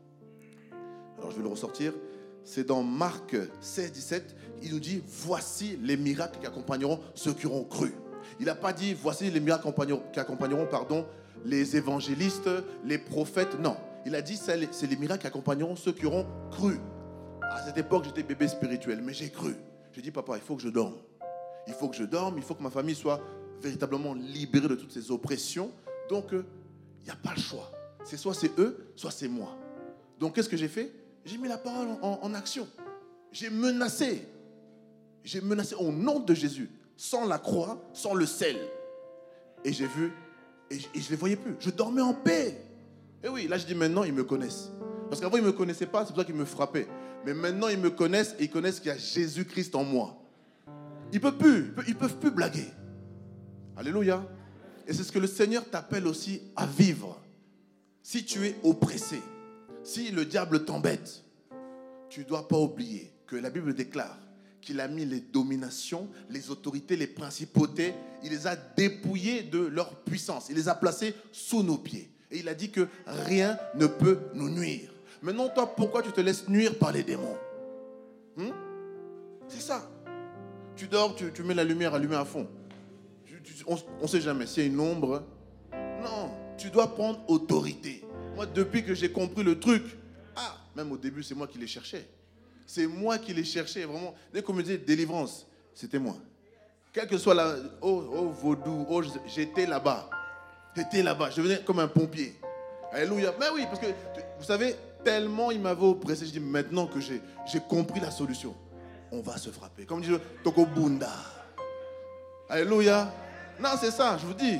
alors je vais le ressortir, c'est dans Marc seize, dix-sept, il nous dit, voici les miracles qui accompagneront ceux qui auront cru. Il n'a pas dit, voici les miracles qui accompagneront pardon, les évangélistes, les prophètes. Non, il a dit, c'est les, c'est les miracles qui accompagneront ceux qui auront cru. À cette époque, j'étais bébé spirituel, mais j'ai cru. J'ai dit, papa, il faut que je dorme. Il faut que je dorme, il faut que ma famille soit véritablement libérée de toutes ces oppressions. Donc, il euh, n'y a pas le choix. C'est soit c'est eux, soit c'est moi. Donc, qu'est-ce que j'ai fait? J'ai mis la parole en, en action. J'ai menacé. J'ai menacé au nom de Jésus, sans la croix, sans le sel. Et j'ai vu, et je ne les voyais plus. Je dormais en paix. Et oui, là je dis maintenant, ils me connaissent. Parce qu'avant, ils ne me connaissaient pas, c'est pour ça qu'ils me frappaient. Mais maintenant, ils me connaissent et ils connaissent qu'il y a Jésus-Christ en moi. Ils ne peuvent plus, ils ne peuvent plus blaguer. Alléluia. Et c'est ce que le Seigneur t'appelle aussi à vivre. Si tu es oppressé, si le diable t'embête, tu ne dois pas oublier que la Bible déclare qu'il a mis les dominations, les autorités, les principautés, il les a dépouillées de leur puissance. Il les a placées sous nos pieds. Et il a dit que rien ne peut nous nuire. Maintenant, toi, pourquoi tu te laisses nuire par les démons? hmm? C'est ça. Tu dors, tu, tu mets la lumière allumée à fond. Tu, tu, on ne sait jamais s'il y a une ombre. Non, tu dois prendre autorité. Moi, depuis que j'ai compris le truc, ah, même au début, c'est moi qui les cherchais. C'est moi qui les cherchais, vraiment. Dès qu'on me disait délivrance, c'était moi. Quelle que soit la... Oh, oh vaudou, oh, j'étais là-bas. J'étais là-bas, je venais comme un pompier. Alléluia. Mais oui, parce que, vous savez, tellement il m'avait oppressé, je dis, maintenant que j'ai, j'ai compris la solution, on va se frapper. Comme dit Toko Bunda. Alléluia. Non, c'est ça, je vous dis.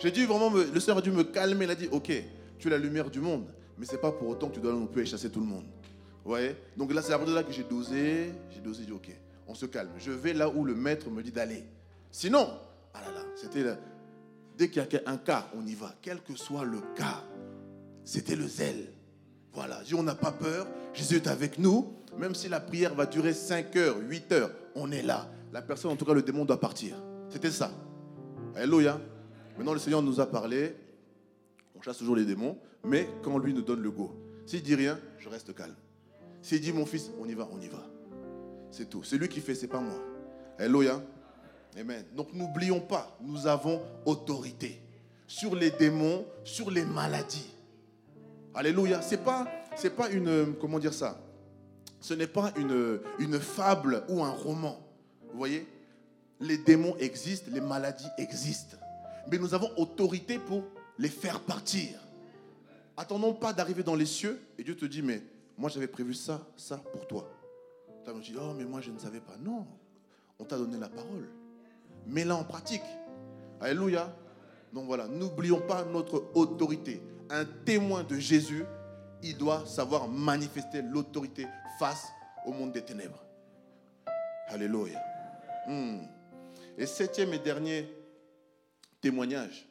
J'ai dû vraiment, me, le Seigneur a dû me calmer. Il a dit, ok, tu es la lumière du monde, mais ce n'est pas pour autant que tu dois non plus aller chasser tout le monde. Vous voyez? Donc là, c'est à partir de là que j'ai dosé. J'ai dosé, j'ai dit, ok, on se calme. Je vais là où le maître me dit d'aller. Sinon, ah là là, c'était là. Dès qu'il y a un cas, on y va. Quel que soit le cas, c'était le zèle. Voilà, on n'a pas peur. Jésus est avec nous. Même si la prière va durer cinq heures, huit heures, on est là. La personne, en tout cas, le démon doit partir. C'était ça. Alléluia. Maintenant, le Seigneur nous a parlé. On chasse toujours les démons. Mais quand lui nous donne le go, s'il dit rien, je reste calme. S'il dit mon fils, on y va, on y va. C'est tout. C'est lui qui fait, c'est pas moi. Alléluia. Amen. Donc n'oublions pas, nous avons autorité sur les démons, sur les maladies. Alléluia. C'est pas, c'est pas une, comment dire ça? Ce n'est pas une, une fable ou un roman. Vous voyez? Les démons existent, les maladies existent. Mais nous avons autorité pour les faire partir. Attendons pas d'arriver dans les cieux et Dieu te dit, mais moi j'avais prévu ça, ça pour toi. Tu me dis, oh mais moi je ne savais pas. Non, on t'a donné la parole. Mets-la en pratique. Alléluia. Donc voilà, n'oublions pas notre autorité. Un témoin de Jésus, il doit savoir manifester l'autorité face au monde des ténèbres. Alléluia. Hmm. Et septième et dernier témoignage.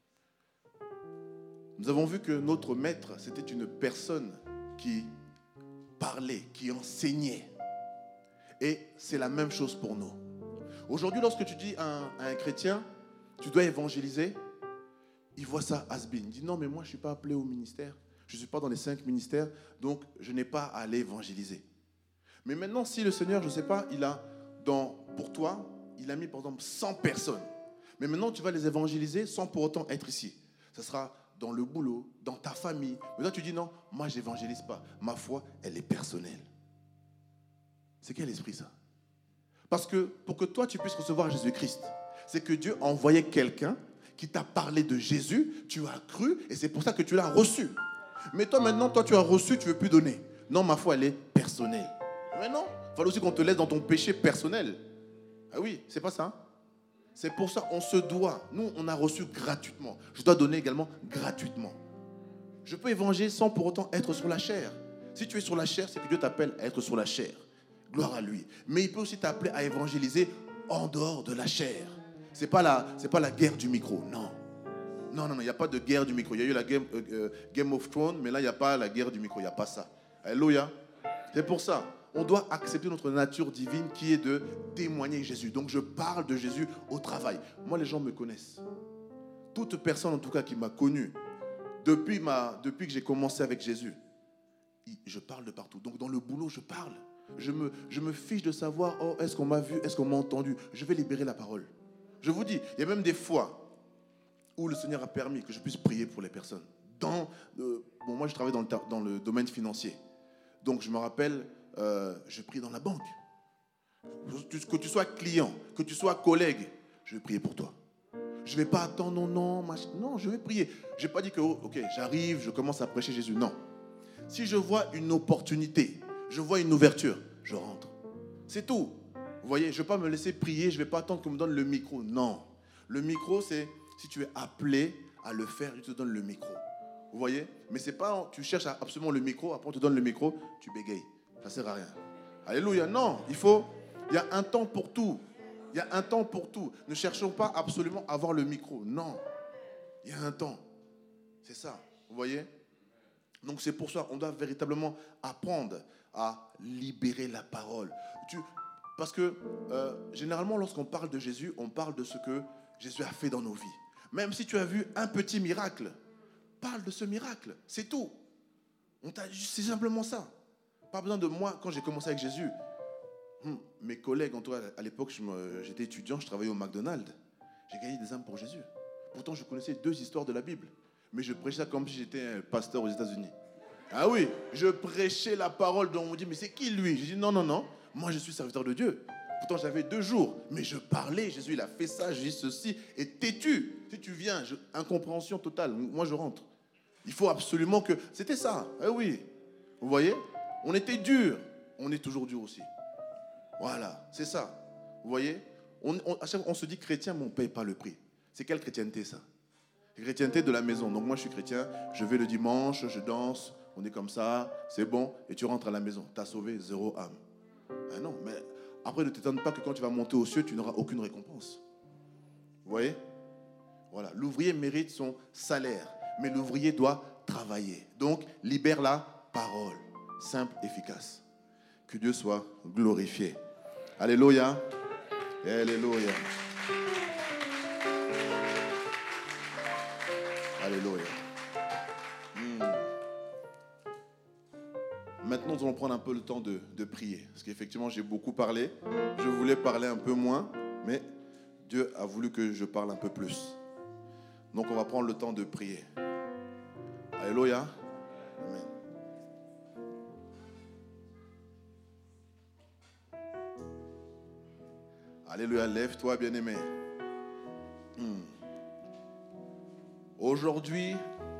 Nous avons vu que notre maître, c'était une personne qui parlait, qui enseignait. Et c'est la même chose pour nous. Aujourd'hui, lorsque tu dis à un, à un chrétien, tu dois évangéliser, il voit ça has-been. Il dit non, mais moi je ne suis pas appelé au ministère. Je ne suis pas dans les cinq ministères, donc je n'ai pas à aller évangéliser. Mais maintenant, si le Seigneur, je ne sais pas, il a, dans, pour toi, il a mis par exemple cent personnes. Mais maintenant, tu vas les évangéliser sans pour autant être ici. Ça sera dans le boulot, dans ta famille. Mais toi, tu dis non, moi je n'évangélise pas. Ma foi, elle est personnelle. C'est quel esprit ça? Parce que pour que toi, tu puisses recevoir Jésus-Christ, c'est que Dieu a envoyé quelqu'un qui t'a parlé de Jésus, tu as cru, et c'est pour ça que tu l'as reçu. Mais toi, maintenant, toi, tu as reçu, tu ne veux plus donner. Non, ma foi, elle est personnelle. Mais non, il fallait aussi qu'on te laisse dans ton péché personnel. Ah oui, c'est pas ça. Hein? C'est pour ça qu'on se doit. Nous, on a reçu gratuitement. Je dois donner également gratuitement. Je peux évangéliser sans pour autant être sur la chair. Si tu es sur la chair, c'est que Dieu t'appelle à être sur la chair. Gloire à lui. Mais il peut aussi t'appeler à évangéliser en dehors de la chair. Ce n'est pas la, c'est pas la guerre du micro, non. Non, non, non, il n'y a pas de guerre du micro. Il y a eu la game, euh, euh, Game of Thrones, mais là, il n'y a pas la guerre du micro. Il n'y a pas ça. Alléluia. C'est pour ça. On doit accepter notre nature divine qui est de témoigner Jésus. Donc, je parle de Jésus au travail. Moi, les gens me connaissent. Toute personne, en tout cas, qui m'a connu, depuis, ma, depuis que j'ai commencé avec Jésus, je parle de partout. Donc, dans le boulot, je parle. Je me, je me fiche de savoir, oh, est-ce qu'on m'a vu, est-ce qu'on m'a entendu. Je vais libérer la parole. Je vous dis, il y a même des fois où le Seigneur a permis que je puisse prier pour les personnes. Dans, euh, bon, moi, je travaille dans le, dans le domaine financier. Donc, je me rappelle, euh, je prie dans la banque. Que tu sois client, que tu sois collègue, je vais prier pour toi. Je ne vais pas attendre, non, non, machin. Non, je vais prier. Je n'ai pas dit que, oh, ok, j'arrive, je commence à prêcher Jésus. Non. Si je vois une opportunité, je vois une ouverture, je rentre. C'est tout. Vous voyez, je ne vais pas me laisser prier, je ne vais pas attendre qu'on me donne le micro. Non. Le micro, c'est si tu es appelé à le faire, je te donne le micro. Vous voyez? Mais c'est pas, tu cherches absolument le micro, après on te donne le micro, tu bégayes. Ça ne sert à rien. Alléluia. Non, il faut, il y a un temps pour tout. Il y a un temps pour tout. Ne cherchons pas absolument à avoir le micro. Non. Il y a un temps. C'est ça. Vous voyez? Donc c'est pour ça qu'on doit véritablement apprendre à libérer la parole. Tu, parce que euh, généralement, lorsqu'on parle de Jésus, on parle de ce que Jésus a fait dans nos vies. Même si tu as vu un petit miracle, parle de ce miracle. C'est tout. On t'a, c'est simplement ça. Pas besoin de moi, quand j'ai commencé avec Jésus. Hum, mes collègues, en tout cas, à l'époque, je me, j'étais étudiant, je travaillais au McDonald's. J'ai gagné des âmes pour Jésus. Pourtant, je connaissais deux histoires de la Bible. Mais je prêchais ça comme si j'étais un pasteur aux États-Unis. Ah oui, je prêchais la parole dont on me dit, mais c'est qui lui? J'ai dit, non, non, non, moi je suis serviteur de Dieu. Pourtant, j'avais deux jours, mais je parlais, Jésus, il a fait ça, j'ai dit ceci, et têtu. Si tu viens, je, incompréhension totale, moi je rentre. Il faut absolument que... C'était ça, ah oui. Vous voyez? On était dur, on est toujours dur aussi. Voilà, c'est ça. Vous voyez? on, on, à chaque fois, on se dit chrétien, mais on ne paye pas le prix. C'est quelle chrétienté ça? Chrétienté de la maison. Donc moi je suis chrétien, je vais le dimanche, je danse, on est comme ça, c'est bon, et tu rentres à la maison. Tu as sauvé zéro âme. Ah non, mais après ne t'étonne pas que quand tu vas monter aux cieux, tu n'auras aucune récompense. Vous voyez? Voilà, l'ouvrier mérite son salaire, mais l'ouvrier doit travailler. Donc libère la parole, simple, efficace. Que Dieu soit glorifié. Alléluia. Alléluia. Alléluia. Hmm. Maintenant, nous allons prendre un peu le temps de, de prier. Parce qu'effectivement, j'ai beaucoup parlé. Je voulais parler un peu moins, mais Dieu a voulu que je parle un peu plus. Donc, on va prendre le temps de prier. Alléluia. Amen. Alléluia. Lève-toi, bien-aimé. Hmm. Aujourd'hui,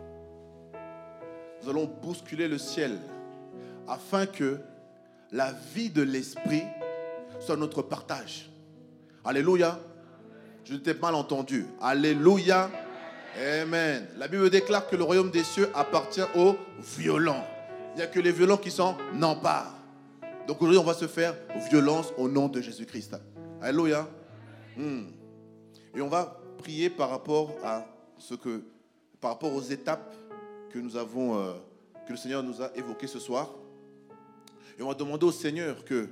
nous allons bousculer le ciel afin que la vie de l'esprit soit notre partage. Alléluia. Je t'ai mal entendu. Alléluia. Amen. La Bible déclare que le royaume des cieux appartient aux violents. Il n'y a que les violents qui s'en emparent. Donc aujourd'hui, on va se faire violence au nom de Jésus-Christ. Alléluia. Hmm. Et on va prier par rapport à ce que, par rapport aux étapes que nous avons, euh, que le Seigneur nous a évoquées ce soir. Et on va demander au Seigneur que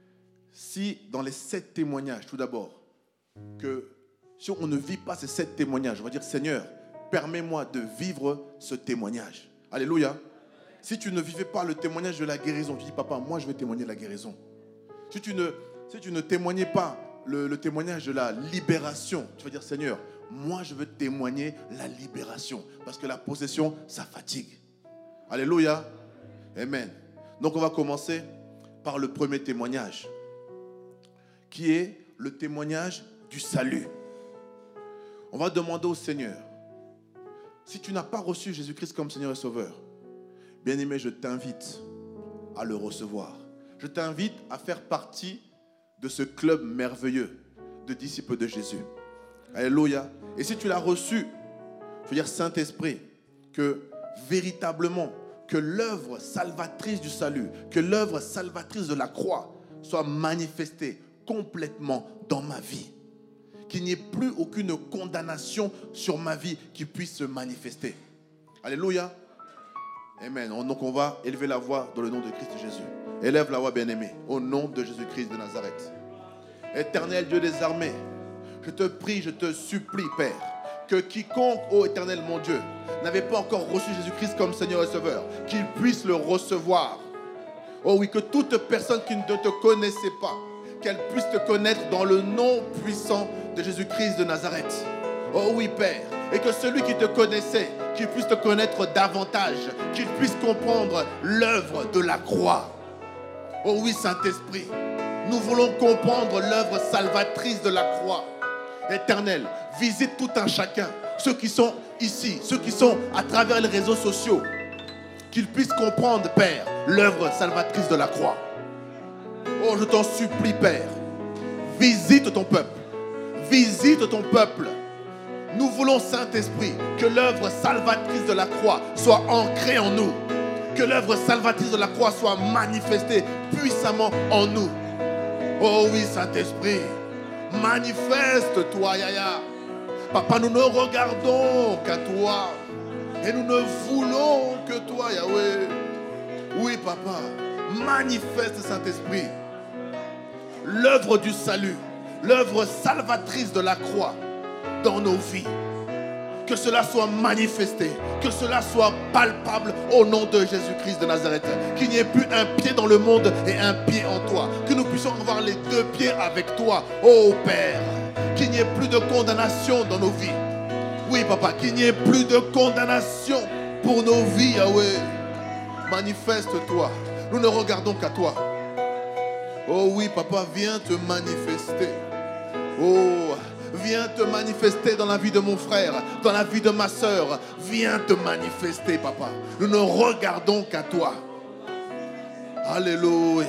si dans les sept témoignages, tout d'abord, que si on ne vit pas ces sept témoignages, on va dire Seigneur, permets-moi de vivre ce témoignage. Alléluia. Si tu ne vivais pas le témoignage de la guérison, tu dis papa, moi je vais témoigner de la guérison. Si tu ne, si tu ne témoignais pas le, le témoignage de la libération, tu vas dire Seigneur, moi je veux témoigner la libération. Parce que la possession, ça fatigue. Alléluia. Amen. Donc on va commencer par le premier témoignage, qui est le témoignage du salut. On va demander au Seigneur, si tu n'as pas reçu Jésus-Christ comme Seigneur et Sauveur, bien-aimé, je t'invite à le recevoir. Je t'invite à faire partie de ce club merveilleux de disciples de Jésus. Alléluia. Et si tu l'as reçu, je veux dire Saint-Esprit, que véritablement, que l'œuvre salvatrice du salut, que l'œuvre salvatrice de la croix soit manifestée complètement dans ma vie. Qu'il n'y ait plus aucune condamnation sur ma vie qui puisse se manifester. Alléluia. Amen. Donc on va élever la voix dans le nom de Christ Jésus. Élève la voix, bien-aimé, au nom de Jésus-Christ de Nazareth. Éternel Dieu des armées, je te prie, je te supplie, Père, que quiconque, ô Éternel mon Dieu, n'avait pas encore reçu Jésus-Christ comme Seigneur et Sauveur, qu'il puisse le recevoir. Oh oui, que toute personne qui ne te connaissait pas, qu'elle puisse te connaître dans le nom puissant de Jésus-Christ de Nazareth. Oh oui, Père, et que celui qui te connaissait, qu'il puisse te connaître davantage, qu'il puisse comprendre l'œuvre de la croix. Oh oui, Saint-Esprit, nous voulons comprendre l'œuvre salvatrice de la croix. Éternel, visite tout un chacun, ceux qui sont ici, ceux qui sont à travers les réseaux sociaux, qu'ils puissent comprendre, Père, l'œuvre salvatrice de la croix. Oh, je t'en supplie, Père, visite ton peuple, visite ton peuple. Nous voulons, Saint-Esprit, que l'œuvre salvatrice de la croix soit ancrée en nous, que l'œuvre salvatrice de la croix soit manifestée puissamment en nous. Oh oui, Saint-Esprit, manifeste-toi, Yaya. Papa, nous ne regardons qu'à toi et nous ne voulons que toi, Yahweh. Oui, Papa, manifeste, Saint-Esprit, l'œuvre du salut, l'œuvre salvatrice de la croix dans nos vies. Que cela soit manifesté, que cela soit palpable au nom de Jésus-Christ de Nazareth. Qu'il n'y ait plus un pied dans le monde et un pied en toi. Que nous puissions avoir les deux pieds avec toi, ô Père. Qu'il n'y ait plus de condamnation dans nos vies. Oui, Papa, qu'il n'y ait plus de condamnation pour nos vies, Yahweh. Manifeste-toi. Nous ne regardons qu'à toi. Oh oui, Papa, viens te manifester. Oh, viens te manifester dans la vie de mon frère, dans la vie de ma soeur. Viens te manifester, Papa. Nous ne regardons qu'à toi. Alléluia.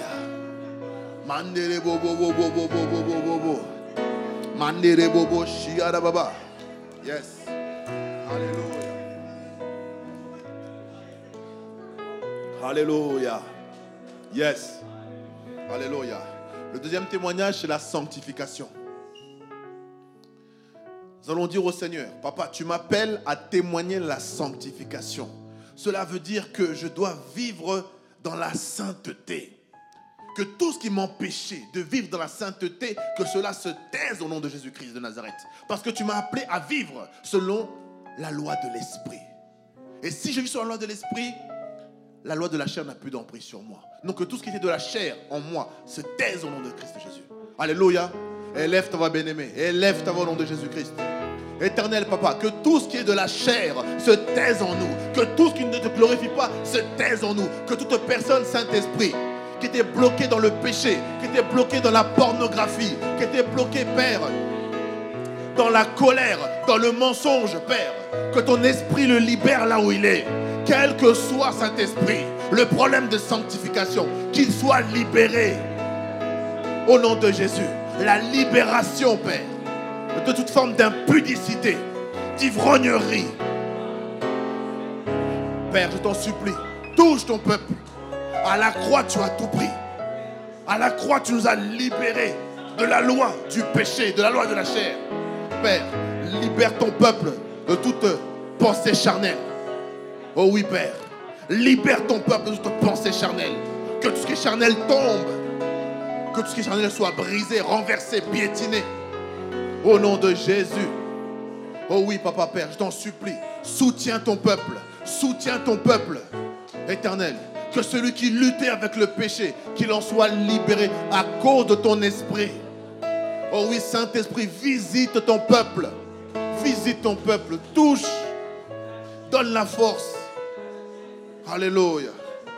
Mandere bobo bobo bobo bobo bobo. Mandere bobo shiara baba. Yes. Alléluia. Alléluia. Yes. Alléluia. Le deuxième témoignage, c'est la sanctification. Nous allons dire au Seigneur, Papa, tu m'appelles à témoigner la sanctification. Cela veut dire que je dois vivre dans la sainteté. Que tout ce qui m'empêchait de vivre dans la sainteté, que cela se taise au nom de Jésus-Christ de Nazareth. Parce que tu m'as appelé à vivre selon la loi de l'esprit. Et si je vis sur la loi de l'esprit, la loi de la chair n'a plus d'emprise sur moi. Donc que tout ce qui était de la chair en moi se taise au nom de Christ Jésus. Alléluia. Élève ta voix bien-aimée. Élève ta voix au nom de Jésus-Christ. Éternel Papa, que tout ce qui est de la chair se taise en nous. Que tout ce qui ne te glorifie pas se taise en nous. Que toute personne, Saint-Esprit, qui était bloquée dans le péché, qui était bloquée dans la pornographie, qui était bloquée, Père, dans la colère, dans le mensonge, Père, que ton esprit le libère là où il est. Quel que soit, Saint-Esprit, le problème de sanctification, qu'il soit libéré. Au nom de Jésus, la libération, Père, de toute forme d'impudicité, d'ivrognerie. Père, je t'en supplie, touche ton peuple. À la croix, tu as tout pris. À la croix, tu nous as libérés de la loi du péché, de la loi de la chair. Père, libère ton peuple de toute pensée charnelle. Oh oui, Père, libère ton peuple de toute pensée charnelle. Que tout ce qui est charnel tombe. Que tout ce qui est charnel soit brisé, renversé, piétiné. Au nom de Jésus. Oh oui, Papa Père, je t'en supplie. Soutiens ton peuple. Soutiens ton peuple. Éternel, que celui qui luttait avec le péché, qu'il en soit libéré à cause de ton esprit. Oh oui, Saint-Esprit, visite ton peuple. Visite ton peuple. Touche. Donne la force. Alléluia.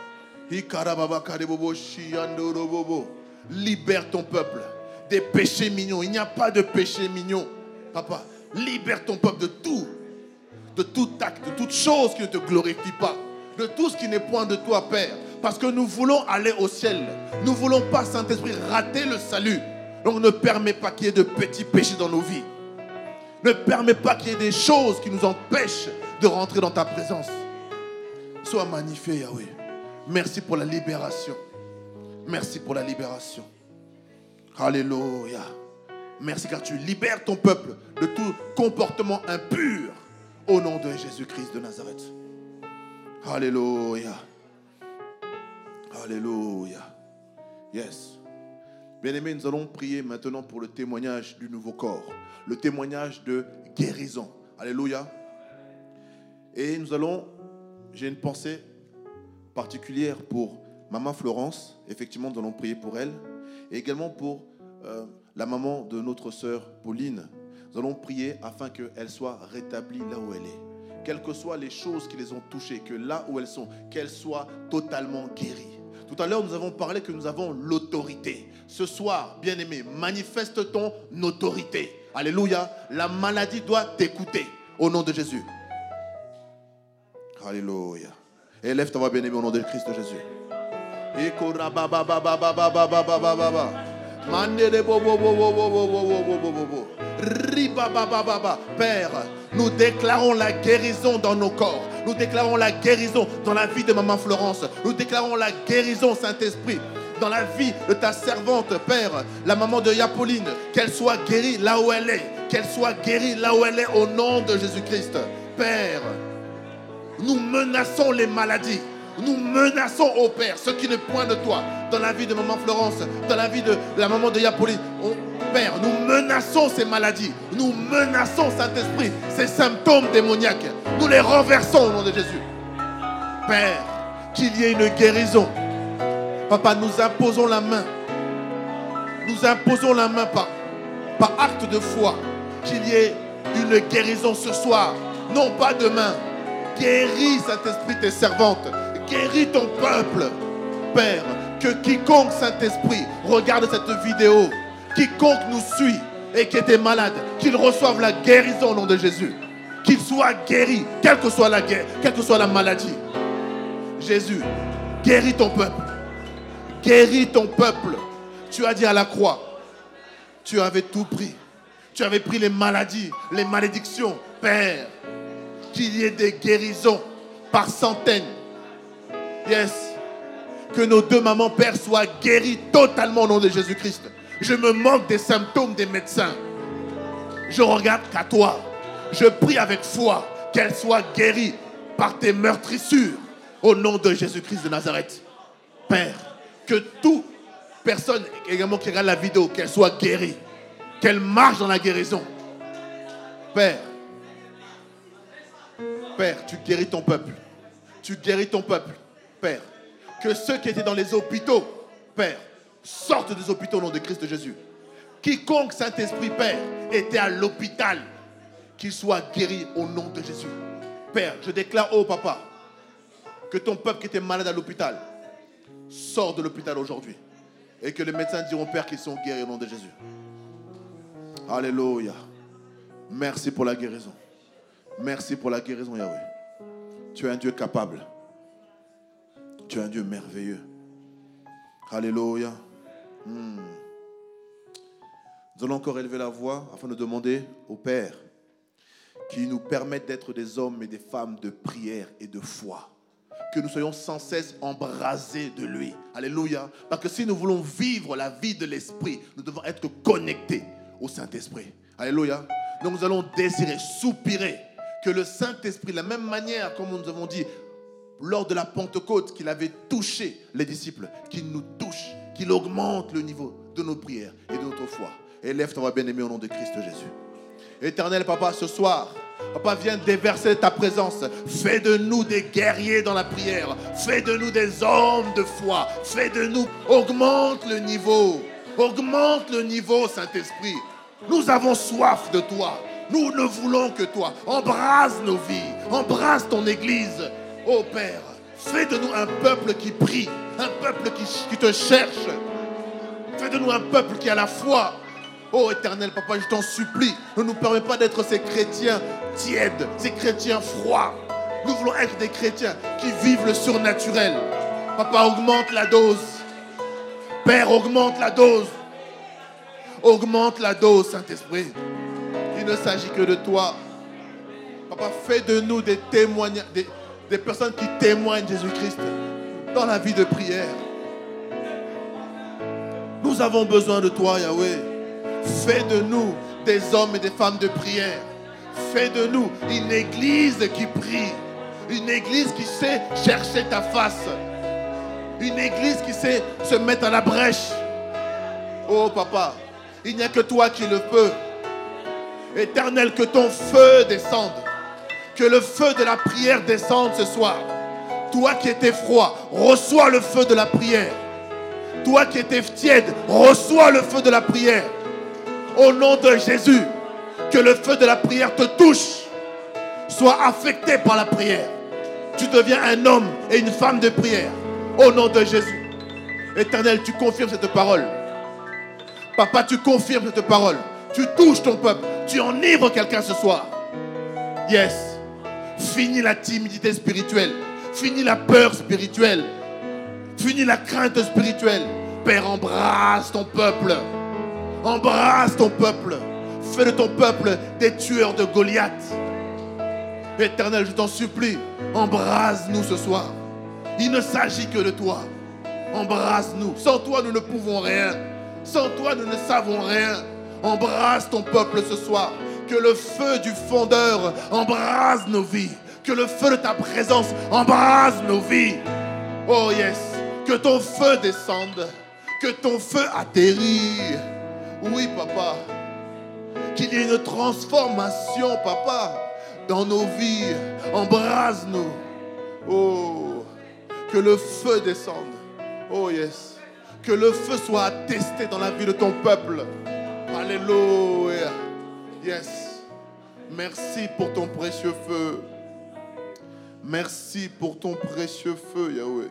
Libère ton peuple des péchés mignons. Il n'y a pas de péché mignon. Papa, libère ton peuple de tout. De tout acte, de toute chose qui ne te glorifie pas. De tout ce qui n'est point de toi, Père. Parce que nous voulons aller au ciel. Nous ne voulons pas, Saint-Esprit, rater le salut. Donc ne permets pas qu'il y ait de petits péchés dans nos vies. Ne permets pas qu'il y ait des choses qui nous empêchent de rentrer dans ta présence. Sois magnifié, Yahweh. Merci pour la libération. Merci pour la libération. Alléluia. Merci car tu libères ton peuple de tout comportement impur au nom de Jésus-Christ de Nazareth. Alléluia. Alléluia. Yes. Bien-aimés, nous allons prier maintenant pour le témoignage du nouveau corps. Le témoignage de guérison. Alléluia. Et nous allons, j'ai une pensée particulière pour maman Florence. Effectivement, nous allons prier pour elle. Et également pour euh, la maman de notre sœur Pauline. Nous allons prier afin qu'elle soit rétablie là où elle est. Quelles que soient les choses qui les ont touchées, que là où elles sont, qu'elles soient totalement guéries. Tout à l'heure, nous avons parlé que nous avons l'autorité. Ce soir, bien-aimé, manifeste ton autorité. Alléluia. La maladie doit t'écouter au nom de Jésus. Alléluia. Élève ta voix, bien-aimé, au nom de Christ Jésus. Père, nous déclarons la guérison dans nos corps. Nous déclarons la guérison dans la vie de maman Florence. Nous déclarons la guérison, Saint-Esprit, dans la vie de ta servante, Père, la maman de Yapoline. Qu'elle soit guérie là où elle est. Qu'elle soit guérie là où elle est au nom de Jésus-Christ. Père, nous menaçons les maladies. Nous menaçons, ô Père, ce qui n'est point de toi, dans la vie de maman Florence, dans la vie de la maman de Yapoline. Oh, Père, nous menaçons ces maladies. Nous menaçons, Saint-Esprit, ces symptômes démoniaques. Nous les renversons au nom de Jésus. Père, qu'il y ait une guérison. Papa, nous imposons la main. Nous imposons la main par, par acte de foi. Qu'il y ait une guérison ce soir. Non pas demain. Guéris, Saint-Esprit, tes servantes. Guéris ton peuple. Père, que quiconque, Saint-Esprit, regarde cette vidéo, quiconque nous suit et qui était malade, qu'il reçoive la guérison au nom de Jésus. Qu'il soit guéri, quelle que soit la guerre, quelle que soit la maladie. Jésus, guéris ton peuple. Guéris ton peuple. Tu as dit à la croix, tu avais tout pris. Tu avais pris les maladies, les malédictions. Père, qu'il y ait des guérisons par centaines. Yes. Que nos deux mamans, Père, soient guéries totalement au nom de Jésus-Christ. Je me moque des symptômes des médecins. Je regarde qu'à toi. Je prie avec foi qu'elles soient guéries par tes meurtrissures au nom de Jésus-Christ de Nazareth. Père, que toute personne également qui regarde la vidéo, qu'elle soit guérie, qu'elle marche dans la guérison. Père, Père, tu guéris ton peuple. Tu guéris ton peuple, Père. Que ceux qui étaient dans les hôpitaux, Père, sortent des hôpitaux au nom de Christ Jésus. Quiconque, Saint-Esprit, Père, était à l'hôpital, qu'il soit guéri au nom de Jésus. Père, je déclare, oh Papa, que ton peuple qui était malade à l'hôpital sort de l'hôpital aujourd'hui. Et que les médecins diront, Père, qu'ils sont guéris au nom de Jésus. Alléluia. Merci pour la guérison. Merci pour la guérison, Yahweh. Tu es un Dieu capable. Tu es un Dieu merveilleux. Alléluia. Hmm. Nous allons encore élever la voix afin de demander au Père qui nous permette d'être des hommes et des femmes de prière et de foi. Que nous soyons sans cesse embrasés de lui. Alléluia. Parce que si nous voulons vivre la vie de l'Esprit, nous devons être connectés au Saint-Esprit. Alléluia. Donc nous allons désirer, soupirer que le Saint-Esprit, de la même manière comme nous avons dit lors de la Pentecôte, qu'il avait touché les disciples, qu'il nous touche, qu'il augmente le niveau de nos prières et de notre foi. Élève ton voix bien-aimé au nom de Christ Jésus. Éternel Papa, ce soir, Papa, viens déverser ta présence. Fais de nous des guerriers dans la prière. Fais de nous des hommes de foi. Fais de nous, augmente le niveau. Augmente le niveau, Saint-Esprit. Nous avons soif de toi. Nous ne voulons que toi. Embrase nos vies. Embrase ton Église. Oh Père, fais de nous un peuple qui prie. Un peuple qui, qui te cherche. Fais de nous un peuple qui a la foi. Oh Éternel Papa, je t'en supplie, ne nous permets pas d'être ces chrétiens tièdes, ces chrétiens froids. Nous voulons être des chrétiens qui vivent le surnaturel. Papa, augmente la dose. Père, augmente la dose. Augmente la dose, Saint-Esprit. Il ne s'agit que de toi. Papa, fais de nous des témoignages, des, des personnes qui témoignent Jésus-Christ dans la vie de prière. Nous avons besoin de toi, Yahweh. Fais de nous des hommes et des femmes de prière. Fais de nous une église qui prie. Une église qui sait chercher ta face. Une église qui sait se mettre à la brèche. Oh papa, il n'y a que toi qui le peux. Éternel, que ton feu descende. Que le feu de la prière descende ce soir. Toi qui étais froid, reçois le feu de la prière. Toi qui étais tiède, reçois le feu de la prière. Au nom de Jésus, que le feu de la prière te touche. Sois affecté par la prière. Tu deviens un homme et une femme de prière. Au nom de Jésus. Éternel, tu confirmes cette parole. Papa, tu confirmes cette parole. Tu touches ton peuple. Tu enivres quelqu'un ce soir. Yes. Finis la timidité spirituelle. Finis la peur spirituelle. Finis la crainte spirituelle. Père, embrasse ton peuple. Embrasse ton peuple. Fais de ton peuple des tueurs de Goliath. Éternel, je t'en supplie, embrasse-nous ce soir. Il ne s'agit que de toi. Embrasse-nous. Sans toi, nous ne pouvons rien. Sans toi, nous ne savons rien. Embrasse ton peuple ce soir. Que le feu du fondeur embrase nos vies. Que le feu de ta présence embrase nos vies. Oh yes. Que ton feu descende. Que ton feu atterrit. Oui, papa. Qu'il y ait une transformation, papa, dans nos vies. Embrase-nous. Oh, que le feu descende. Oh, yes. Que le feu soit attesté dans la vie de ton peuple. Alléluia. Yes. Merci pour ton précieux feu. Merci pour ton précieux feu, Yahweh.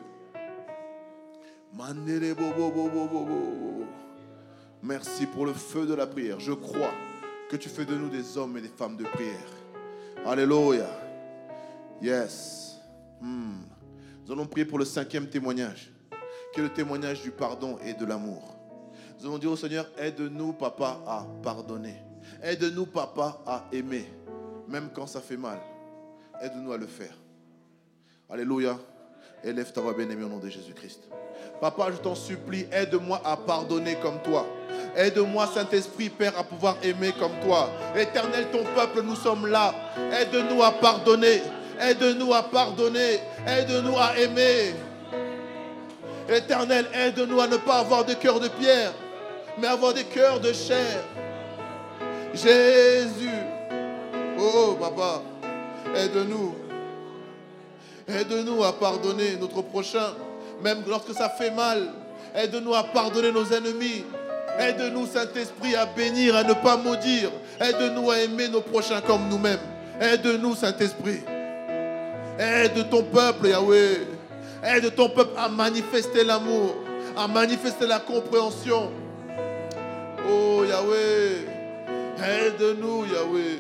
Manere bo bo bo bo bo bo. Merci pour le feu de la prière. Je crois que tu fais de nous des hommes et des femmes de prière. Alléluia. Yes. Hmm. Nous allons prier pour le cinquième témoignage, qui est le témoignage du pardon et de l'amour. Nous allons dire au Seigneur, aide-nous, papa, à pardonner. Aide-nous, papa, à aimer, même quand ça fait mal. Aide-nous à le faire. Alléluia. Élève ta voix, bien-aimé, au nom de Jésus-Christ. Papa, je t'en supplie, aide-moi à pardonner comme toi. Aide-moi, Saint-Esprit, Père, à pouvoir aimer comme toi. Éternel, ton peuple, nous sommes là. Aide-nous à pardonner. Aide-nous à pardonner. Aide-nous à aimer. Éternel, aide-nous à ne pas avoir de cœur de pierre, mais avoir des cœurs de chair. Jésus. Oh, papa, aide-nous. Aide-nous à pardonner notre prochain, même lorsque ça fait mal. Aide-nous à pardonner nos ennemis. Aide-nous, Saint-Esprit, à bénir, à ne pas maudire. Aide-nous à aimer nos prochains comme nous-mêmes. Aide-nous, Saint-Esprit. Aide ton peuple, Yahweh. Aide ton peuple à manifester l'amour, à manifester la compréhension. Oh, Yahweh. Aide-nous, Yahweh.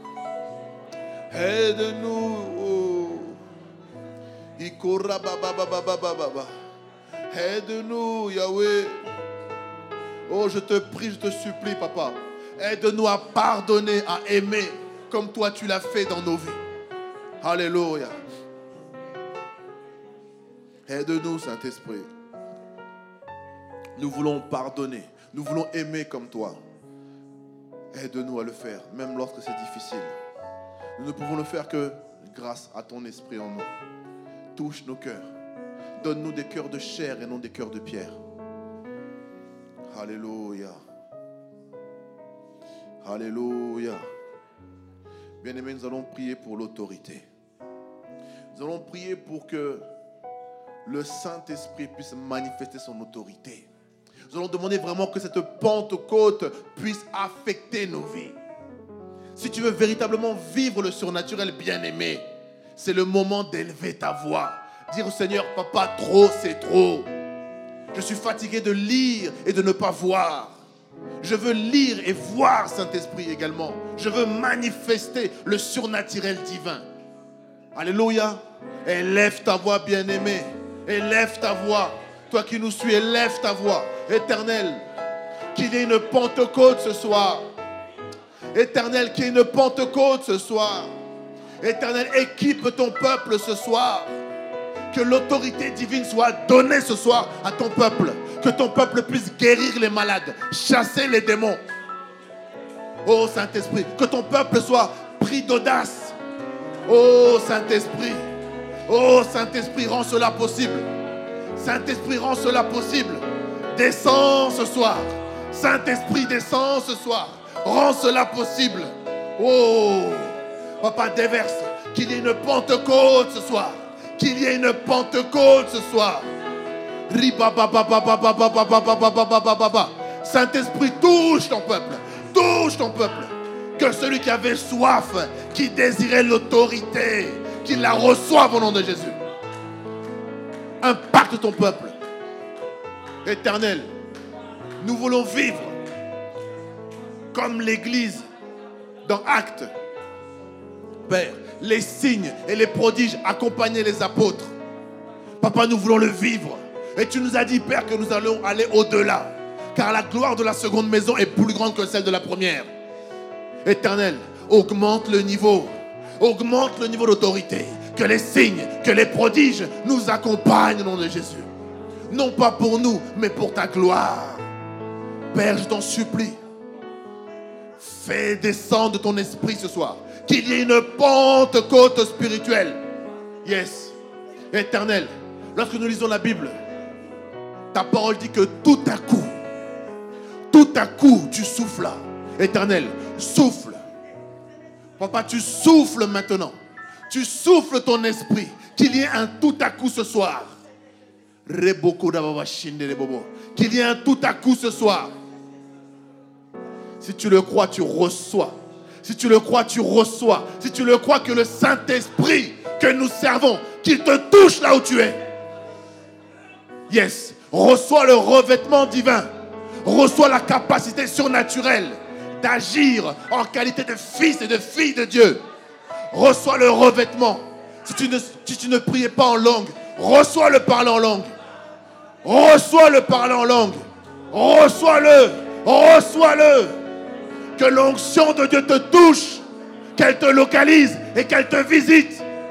Aide-nous. Oh. Aide-nous, Yahweh. Oh, je te prie, je te supplie, papa. Aide-nous à pardonner, à aimer, comme toi tu l'as fait dans nos vies. Alléluia. Aide-nous, Saint-Esprit. Nous voulons pardonner. Nous voulons aimer comme toi. Aide-nous à le faire, même lorsque c'est difficile. Nous ne pouvons le faire que grâce à ton esprit en nous. Touche nos cœurs. Donne-nous des cœurs de chair et non des cœurs de pierre. Alléluia. Alléluia. Bien-aimés, nous allons prier pour l'autorité. Nous allons prier pour que le Saint-Esprit puisse manifester son autorité. Nous allons demander vraiment que cette Pentecôte puisse affecter nos vies. Si tu veux véritablement vivre le surnaturel, bien-aimé, c'est le moment d'élever ta voix. Dire au Seigneur, papa, trop, c'est trop. Je suis fatigué de lire et de ne pas voir. Je veux lire et voir, Saint-Esprit, également. Je veux manifester le surnaturel divin. Alléluia. Élève ta voix, bien-aimé. Élève ta voix. Toi qui nous suis, élève ta voix. Éternel, qu'il y ait une Pentecôte ce soir. Éternel, qu'il y ait une Pentecôte ce soir. Éternel, équipe ton peuple ce soir. Que l'autorité divine soit donnée ce soir à ton peuple. Que ton peuple puisse guérir les malades, chasser les démons. Oh Saint-Esprit, que ton peuple soit pris d'audace. Oh Saint-Esprit, oh Saint-Esprit, rends cela possible. Saint-Esprit, rends cela possible. Descends ce soir. Saint-Esprit, descends ce soir. Rends cela possible. Oh, Papa, déverse. Qu'il y ait une Pentecôte ce soir. Qu'il y ait une Pentecôte ce soir. Saint-Esprit, touche ton peuple. Touche ton peuple. Que celui qui avait soif, qui désirait l'autorité, qu'il la reçoive au nom de Jésus. Impacte ton peuple. Éternel, nous voulons vivre comme l'Église dans Actes. Père, les signes et les prodiges accompagnaient les apôtres. Papa, nous voulons le vivre. Et tu nous as dit, Père, que nous allons aller au-delà. Car la gloire de la seconde maison est plus grande que celle de la première. Éternel, augmente le niveau. Augmente le niveau d'autorité. Que les signes, que les prodiges nous accompagnent au nom de Jésus. Non pas pour nous, mais pour ta gloire. Père, je t'en supplie. Fais descendre ton esprit ce soir. Qu'il y ait une Pentecôte spirituelle. Yes. Éternel, lorsque nous lisons la Bible, ta parole dit que tout à coup, tout à coup, tu souffles. Éternel, souffle. Papa, tu souffles maintenant. Tu souffles ton esprit. Qu'il y ait un tout à coup ce soir. Qu'il y ait un tout à coup ce soir. Si tu le crois, tu reçois. Si tu le crois, tu reçois. Si tu le crois que le Saint-Esprit que nous servons, qu'il te touche là où tu es. Yes. Reçois le revêtement divin. Reçois la capacité surnaturelle d'agir en qualité de fils et de fille de Dieu. Reçois le revêtement. Si tu ne, si tu ne priais pas en langue, reçois le parler en langue. Reçois le parler en langue. Reçois-le. Reçois-le. Que l'onction de Dieu te touche, qu'elle te localise et qu'elle te visite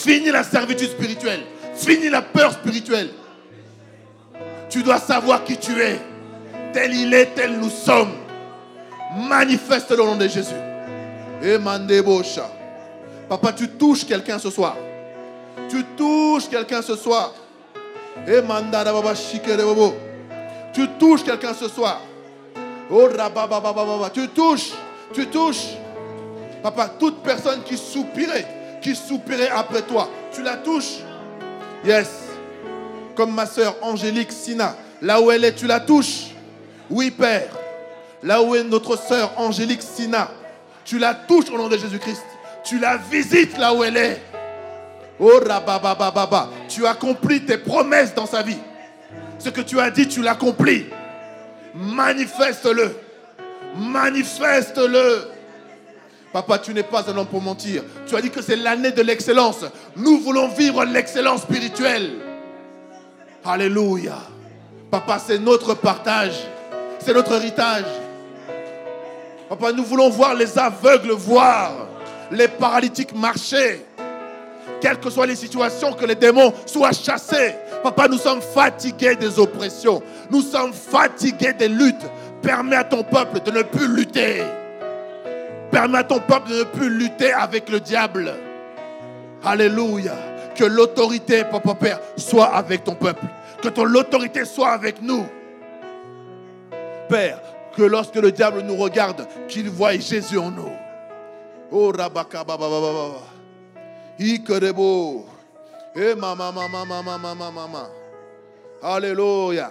Fini la servitude spirituelle. Fini la peur spirituelle. Tu dois savoir qui tu es. Tel il est, tel nous sommes. Manifeste le nom de Jésus. Et mandebosha. Papa, tu touches quelqu'un ce soir. Tu touches quelqu'un ce soir. Et mandada baba shikere bobo. Tu touches quelqu'un ce soir. Oh rabababababa. Tu touches. Tu touches. Papa, toute personne qui soupirait, qui soupirait après toi, tu la touches. Yes. Comme ma sœur Angélique Sina, là où elle est, tu la touches. Oui, Père. Là où est notre sœur Angélique Sina, tu la touches au nom de Jésus-Christ. Tu la visites là où elle est. Oh rababababa. Tu accomplis tes promesses dans sa vie. Ce que tu as dit, tu l'accomplis. Manifeste-le. Manifeste-le. Papa, tu n'es pas un homme pour mentir. Tu as dit que c'est l'année de l'excellence. Nous voulons vivre l'excellence spirituelle. Alléluia. Papa, c'est notre partage. C'est notre héritage. Papa, nous voulons voir les aveugles voir, les paralytiques marcher. Quelles que soient les situations, que les démons soient chassés. Papa, nous sommes fatigués des oppressions. Nous sommes fatigués des luttes. Permets à ton peuple de ne plus lutter. Permets à ton peuple de ne plus lutter avec le diable. Alléluia. Que l'autorité, Papa Père, soit avec ton peuple. Que ton l'autorité soit avec nous. Père, que lorsque le diable nous regarde, qu'il voie Jésus en nous. Oh Rabaka Baba Baba. Ikerebo. Eh mama mama mama mama mama. Alléluia.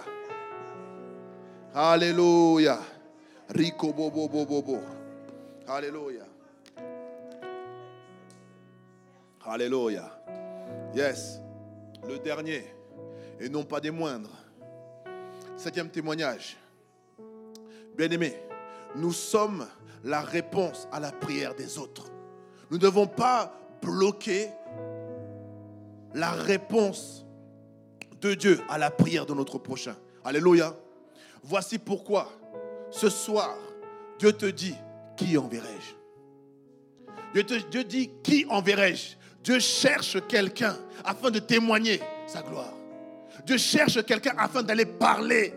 Alléluia. Rico bobo bobo bobo. Alléluia. Alléluia. Yes. Le dernier, et non pas des moindres. Septième témoignage. Bien-aimés, nous sommes la réponse à la prière des autres. Nous ne devons pas bloquer la réponse de Dieu à la prière de notre prochain. Alléluia. Voici pourquoi ce soir, Dieu te dit, qui enverrai-je? Dieu, te, Dieu dit, qui enverrai-je? Dieu cherche quelqu'un afin de témoigner sa gloire. Dieu cherche quelqu'un afin d'aller parler.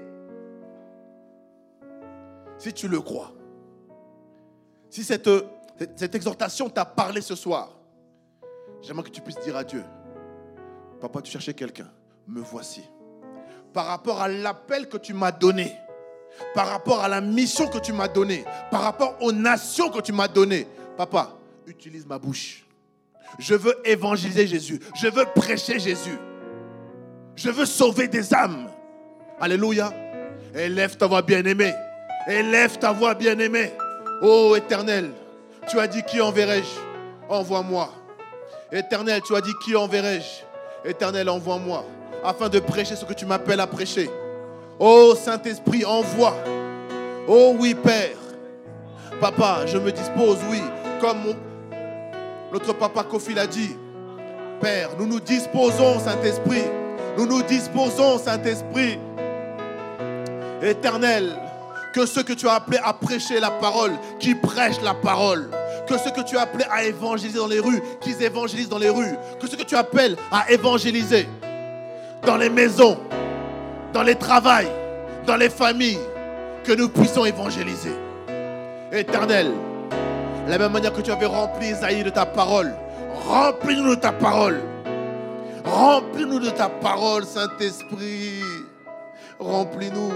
Si tu le crois, si cette, cette, cette exhortation t'a parlé ce soir, j'aimerais que tu puisses dire à Dieu, papa, tu cherchais quelqu'un, me voici. Par rapport à l'appel que tu m'as donné, par rapport à la mission que tu m'as donnée, par rapport aux nations que tu m'as données, papa, utilise ma bouche. Je veux évangéliser Jésus. Je veux prêcher Jésus. Je veux sauver des âmes. Alléluia. Élève ta voix bien-aimée. Élève ta voix bien-aimée. Ô Éternel, tu as dit qui enverrai-je? Envoie-moi. Éternel, tu as dit qui enverrai-je? Éternel, envoie-moi. Afin de prêcher ce que tu m'appelles à prêcher. Ô Saint-Esprit, envoie. Oh oui, Père. Papa, je me dispose, oui. Comme mon, notre papa Kofi l'a dit. Père, nous nous disposons, Saint-Esprit. Nous nous disposons, Saint-Esprit. Éternel, que ceux que tu as appelés à prêcher la parole, qui prêchent la parole. Que ceux que tu as appelés à évangéliser dans les rues, qu'ils évangélisent dans les rues. Que ceux que tu appelles à évangéliser dans les maisons, dans les travails, dans les familles, que nous puissions évangéliser. Éternel, la même manière que tu avais rempli Isaïe de ta parole, remplis-nous de ta parole. Remplis-nous de ta parole, Saint-Esprit. Remplis-nous.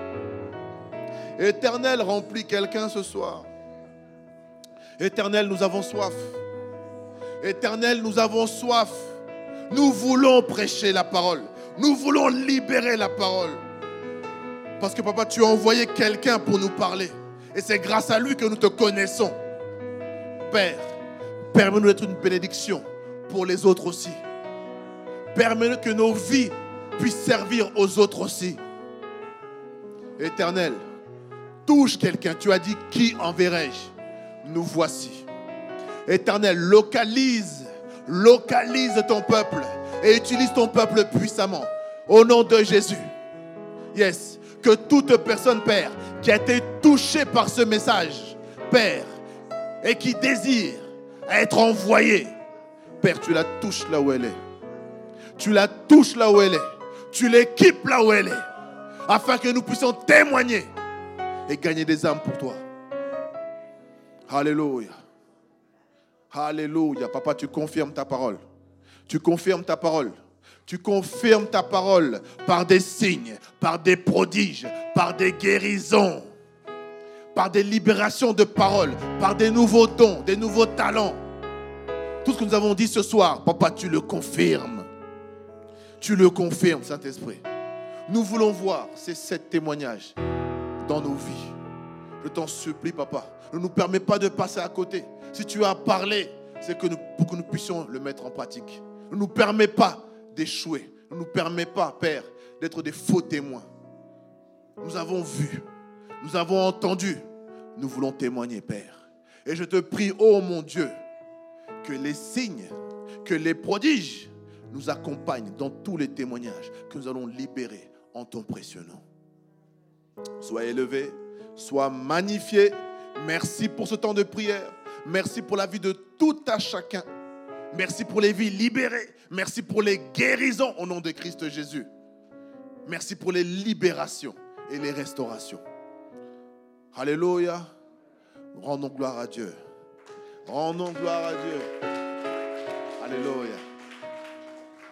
Éternel, remplis quelqu'un ce soir. Éternel, nous avons soif. Éternel, nous avons soif. Nous voulons prêcher la parole. Nous voulons libérer la parole. Parce que papa, tu as envoyé quelqu'un pour nous parler. Et c'est grâce à lui que nous te connaissons. Père, permets-nous d'être une bénédiction pour les autres aussi. Permets-nous que nos vies puissent servir aux autres aussi. Éternel, touche quelqu'un. Tu as dit, qui enverrai-je? Nous voici. Éternel, localise, localise ton peuple et utilise ton peuple puissamment. Au nom de Jésus. Yes. Que toute personne, Père, qui a été touchée par ce message, Père, et qui désire être envoyée, Père, tu la touches là où elle est. Tu la touches là où elle est. Tu l'équipes là où elle est. Afin que nous puissions témoigner et gagner des âmes pour toi. Alléluia. Alléluia. Papa, tu confirmes ta parole. Tu confirmes ta parole. Tu confirmes ta parole par des signes, par des prodiges, par des guérisons, par des libérations de paroles, par des nouveaux dons, des nouveaux talents. Tout ce que nous avons dit ce soir, Papa, tu le confirmes. Tu le confirmes, Saint-Esprit. Nous voulons voir ces sept témoignages dans nos vies. Je t'en supplie, Papa. Ne nous permets pas de passer à côté. Si tu as parlé, c'est que nous, pour que nous puissions le mettre en pratique. Ne nous permets pas d'échouer. Ne nous permets pas, Père, d'être des faux témoins. Nous avons vu, nous avons entendu, nous voulons témoigner, Père. Et je te prie, oh mon Dieu, que les signes, que les prodiges nous accompagnent dans tous les témoignages que nous allons libérer en ton précieux nom. Sois élevé, sois magnifié. Merci pour ce temps de prière. Merci pour la vie de tout à chacun. Merci pour les vies libérées. Merci pour les guérisons au nom de Christ Jésus. Merci pour les libérations et les restaurations. Alléluia. Rendons gloire à Dieu. Rendons gloire à Dieu. Alléluia.